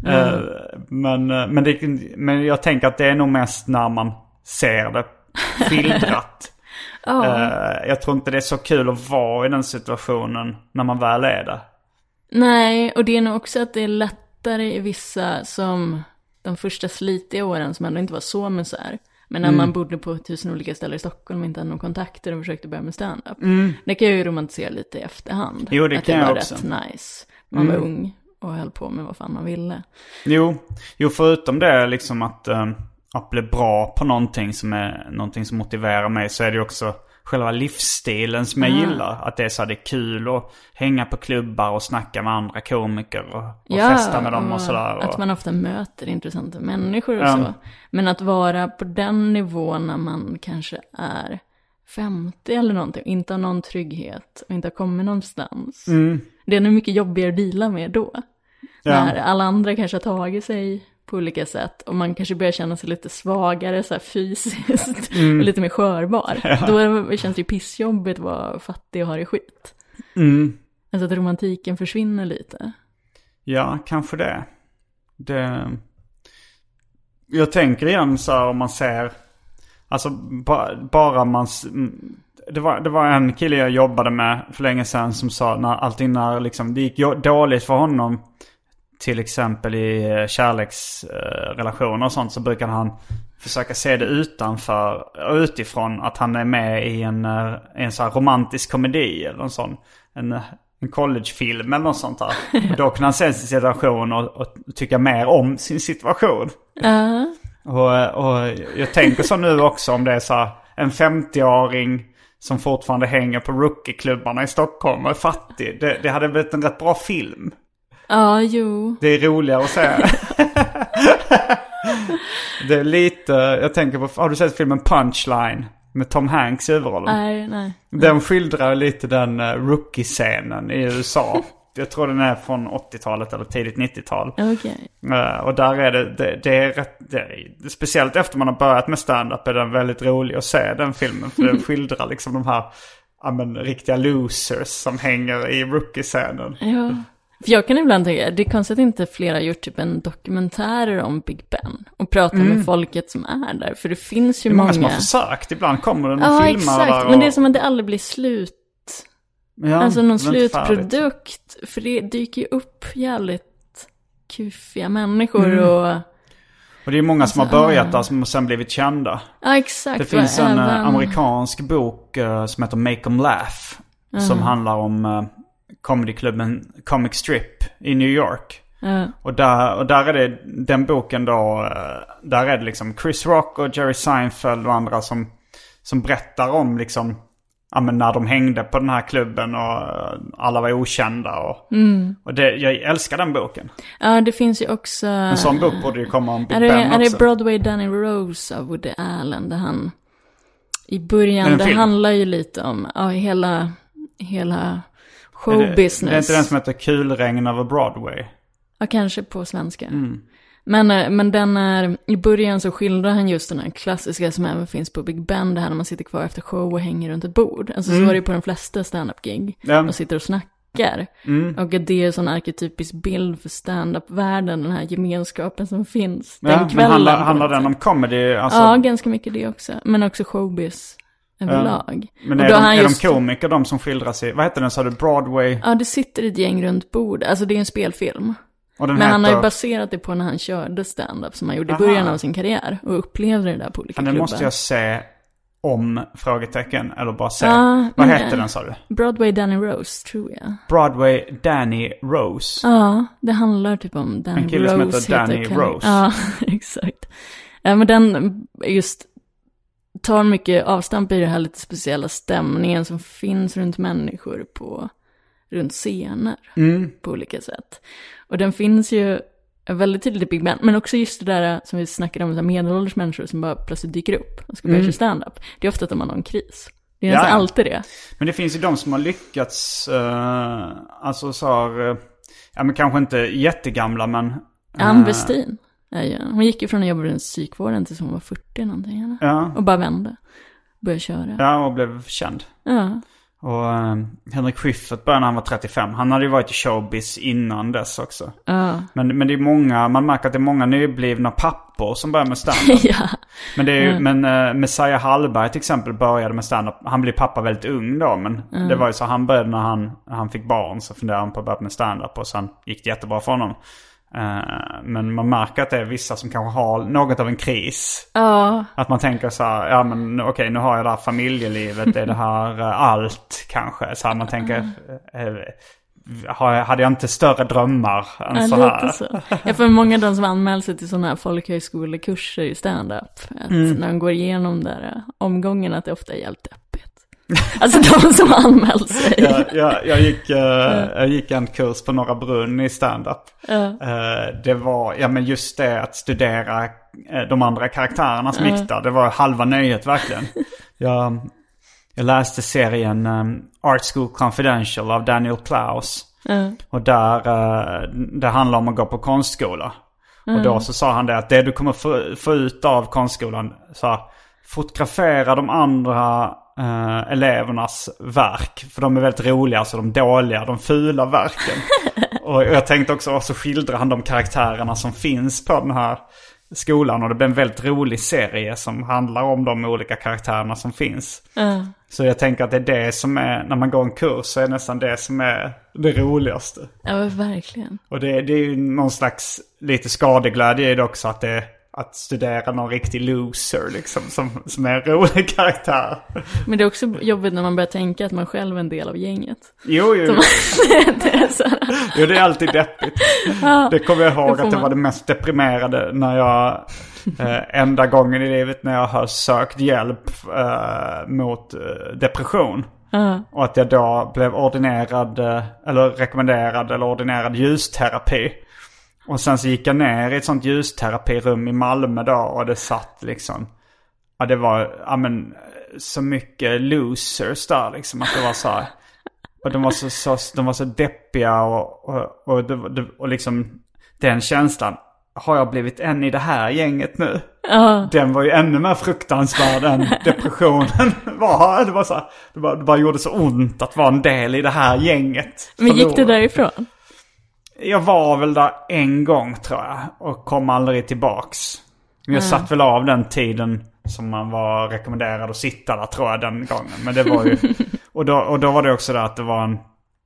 Men jag tänker att det är nog mest när man ser det skildrat. Jag tror inte det är så kul att vara i den situationen när man väl är där. Nej, och det är nog också att det är lättare i vissa, som de första slitiga åren som ändå inte var så misär. Men när man bodde på 1000 olika ställen i Stockholm och inte hade någon kontakter och försökte börja med stand-up. Det kan jag ju romantisera lite i efterhand. Jo, det kan jag också. Att det var rätt nice. Man var ung och höll på med vad fan man ville. Jo, förutom det liksom att att bli bra på någonting som motiverar mig, så är det också själva livsstilen som jag gillar. Att det är så här, det är kul att hänga på klubbar och snacka med andra komiker och festa med dem och sådär. Att man ofta möter intressanta människor och så. Men att vara på den nivån när man kanske är 50 eller någonting, inte har någon trygghet och inte har kommit någonstans. Det är nog mycket jobbigare att deala med då. När alla andra kanske har tagit sig på olika sätt och man kanske börjar känna sig lite svagare så här fysiskt och lite mer skörbar. Då känns det ju pissjobbigt att vara fattig och ha det skit. Alltså att romantiken försvinner lite. Ja, kanske det. Jag tänker igen så här, om man ser, alltså bara man, det var en kille jag jobbade med för länge sedan som sa när liksom det gick dåligt för honom, till exempel i kärleksrelationer och sånt, så brukar han försöka se det utifrån att han är med i en så här romantisk komedi eller en sån en collegefilm eller något sånt där. Och då kan han se sin situation och tycka mer om sin situation. Och jag tänker så nu också, om det är så här, en 50-åring som fortfarande hänger på rookie-klubbarna i Stockholm och är fattig. Det hade blivit en rätt bra film. Ja, jo. Det är roligare att säga. Det är lite, jag tänker på, har du sett filmen Punchline med Tom Hanks i huvudrollen? Nej. Den skildrar lite den rookie-scenen i USA. Jag tror den är från 80-talet eller tidigt 90-tal. Okej. Och där är det är rätt, speciellt efter man har börjat med stand-up är den väldigt rolig att se den filmen. För den skildrar liksom de här riktiga losers som hänger i rookie-scenen. Ja. För jag kan ibland tänka, det är konstigt att inte flera har gjort typ en dokumentärer om Big Ben och pratar med folket som är där. För det finns ju många som har försökt. Ibland kommer den och filmar exakt. där. Men det är som att det aldrig blir slut. Ja, alltså någon slutprodukt. För det dyker ju upp jävligt kuffiga människor och det är många som har börjat där som sen blivit kända. Ja, exakt. Det finns en amerikansk bok som heter Make 'em Laugh. Som handlar om comedyklubben Comic Strip i New York. Och där är det den boken då, där är det liksom Chris Rock och Jerry Seinfeld och andra som berättar om liksom när de hängde på den här klubben och alla var okända och jag älskar den boken. Ja, det finns ju också en sån bok borde ju komma om Big Ben också. Är det Broadway Danny Rose av Woody Allen där han i början, det handlar ju lite om hela showbusiness. Det är inte den som heter Kulregn över Broadway? Ja, kanske på svenska. Men den är, i början så skildrar han just den här klassiska som även finns på Big Ben, det här när man sitter kvar efter show och hänger runt ett bord. Alltså så var det ju på de flesta stand-up-gig. Och sitter och snackar. Och det är en sån arketypisk bild för stand-up-världen, den här gemenskapen som finns. Den kvällen. Men handlar den om comedy? Alltså... Ja, ganska mycket det också. Men också showbiz överlag. Men är de komiker, de som skildras i, vad heter den, sa du, Broadway? Ja, det sitter ett gäng runt bord. Alltså det är en spelfilm. Men han har ju baserat det på när han körde stand-up som han gjorde i början av sin karriär och upplevde det där på olika klubbar. Det måste jag se om frågetecken eller bara se. Vad heter den, sa du? Broadway Danny Rose, tror jag. Broadway Danny Rose. Ja, det handlar typ om Danny Rose. En kille som heter Danny Rose. Ja, exakt. Men den just tar mycket avstamp i det här lite speciella stämningen som finns runt människor runt scener på olika sätt. Och den finns ju väldigt tydligt i Big Ben, men också just det där som vi snackade om, medelålders människor som bara plötsligt dyker upp och ska börja köra stand-up. Det är ofta att de har någon kris. Det är nästan alltid det. Men det finns ju de som har lyckats, alltså så har, men kanske inte jättegamla, men... Ann Westin. Ja. Hon gick ju från att jobba i psykvården tills hon var 40 någonting. Och bara vände. Började köra. Ja, och blev känd. Ja. Och Henrik Schyffert började när han var 35. Han hade ju varit i showbiz innan dess också. Men det är många, man märker att det är många nyblivna pappor som börjar med stand-up. Men det är ju, men Messiah Hallberg till exempel började med stand-up. Han blev pappa väldigt ung då, men det var ju så, han började när han fick barn, så funderade han på att börja med stand-up och sen gick det jättebra för honom. Men man märker att det är vissa som kanske har något av en kris. Att man tänker så här, men okej, nu har jag det här familjelivet, är det här allt kanske. Så här, man tänker, hade jag inte större drömmar än så här. Så. Jag får många av de som anmäler sig till sådana här folkhögskolekurser i stand-up. Att när de går igenom där omgången att det ofta är helt deppigt. Alltså de som anmält sig. Jag gick en kurs på Norra Brunn i stand-up. Det var men just det att studera de andra karaktärernas miktar. Det var halva nöjet verkligen. Jag läste serien Art School Confidential av Daniel Klaus. Och det handlar om att gå på konstskola. Och då så sa han det att det du kommer få ut av konstskolan, så fotografera de andra elevernas verk. För de är väldigt roliga, så de dåliga, de fula verken. Och jag tänkte också, så skildrar han de karaktärerna som finns på den här skolan. Och det blir en väldigt rolig serie som handlar om de olika karaktärerna som finns. Så jag tänker att det är det som är, när man går en kurs så är nästan det som är det roligaste. Ja, verkligen. Och det är ju någon slags lite skadeglädje i det också, att studera någon riktig loser liksom, som är en rolig karaktär. Men det är också jobbigt när man börjar tänka att man själv är en del av gänget. Jo. Det är alltid deppigt. Det kommer jag ihåg att det var det mest deprimerade när jag enda gången i livet när jag har sökt hjälp mot depression. Och att jag då blev ordinerad ljusterapi. Och sen så gick jag ner i ett sånt ljusterapirum i Malmö då, och det satt liksom, det var så mycket losers där liksom, att det var så här, och de var så deppiga och liksom den känslan, har jag blivit en i det här gänget nu? Den var ju ännu mer fruktansvärd än depressionen var. Det var så här, det bara gjorde så ont att vara en del i det här gänget. Men gick du därifrån? Jag var väl där en gång tror jag, och kom aldrig tillbaks. Men jag satt väl av den tiden som man var rekommenderad att sitta där tror jag den gången. Men det var ju och då var det också där att det var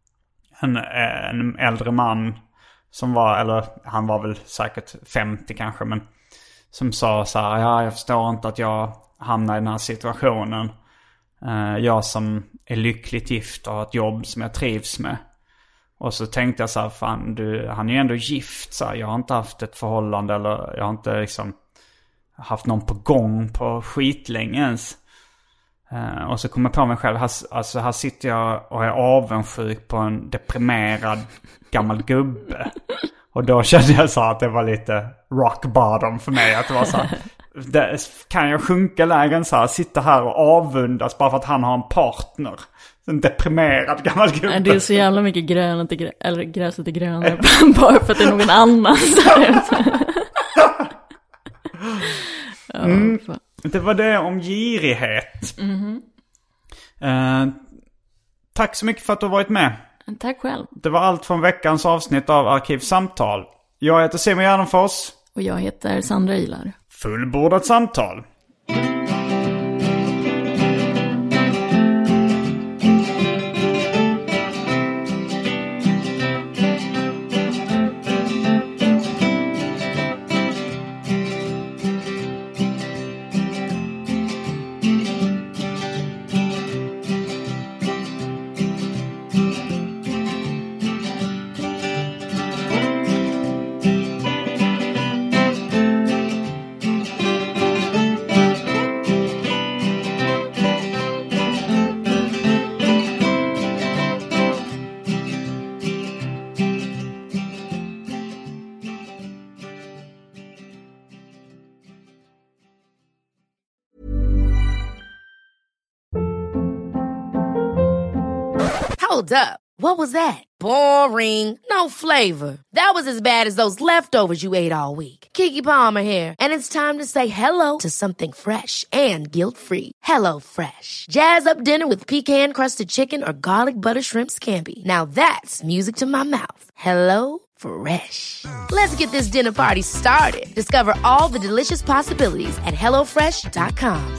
en äldre man som var, eller han var väl säkert 50 kanske, men som sa så här: jag förstår inte att jag hamnar i den här situationen. Jag som är lyckligt gift och har ett jobb som jag trivs med. Och så tänkte jag så här, fan han är ju ändå gift så här, jag har inte haft ett förhållande, eller jag har inte liksom haft någon på gång på skitlänge ens. Och så kom jag på mig själv, här sitter jag och är avundsjuk på en deprimerad gammal gubbe. Och då kände jag så att det var lite rock bottom för mig, att det var så här, kan jag sjunka lägen så här, sitta här och avundas bara för att han har en partner. En deprimerad gammal gubbe. Det är så jävla mycket gräset är grönare bara för att det är någon annan. Det var det om girighet. Tack så mycket för att du har varit med. Tack själv. Det var allt från veckans avsnitt av Arkivsamtal. Jag heter Simon Gärdenfors. Och jag heter Sandra Ilar. Fullbordat samtal. Hold up. What was that? Boring. No flavor. That was as bad as those leftovers you ate all week. Keke Palmer here, and it's time to say hello to something fresh and guilt-free. Hello Fresh. Jazz up dinner with pecan-crusted chicken or garlic butter shrimp scampi. Now that's music to my mouth. Hello Fresh. Let's get this dinner party started. Discover all the delicious possibilities at hellofresh.com.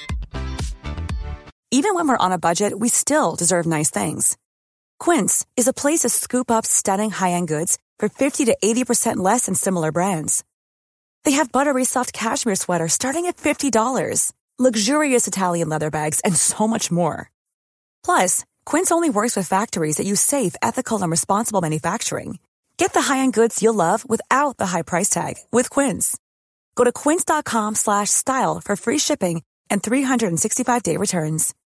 Even when we're on a budget, we still deserve nice things. Quince is a place to scoop up stunning high-end goods for 50 to 80% less than similar brands. They have buttery soft cashmere sweaters starting at $50, luxurious Italian leather bags, and so much more. Plus, Quince only works with factories that use safe, ethical, and responsible manufacturing. Get the high-end goods you'll love without the high price tag with Quince. Go to quince.com/style for free shipping and 365-day returns.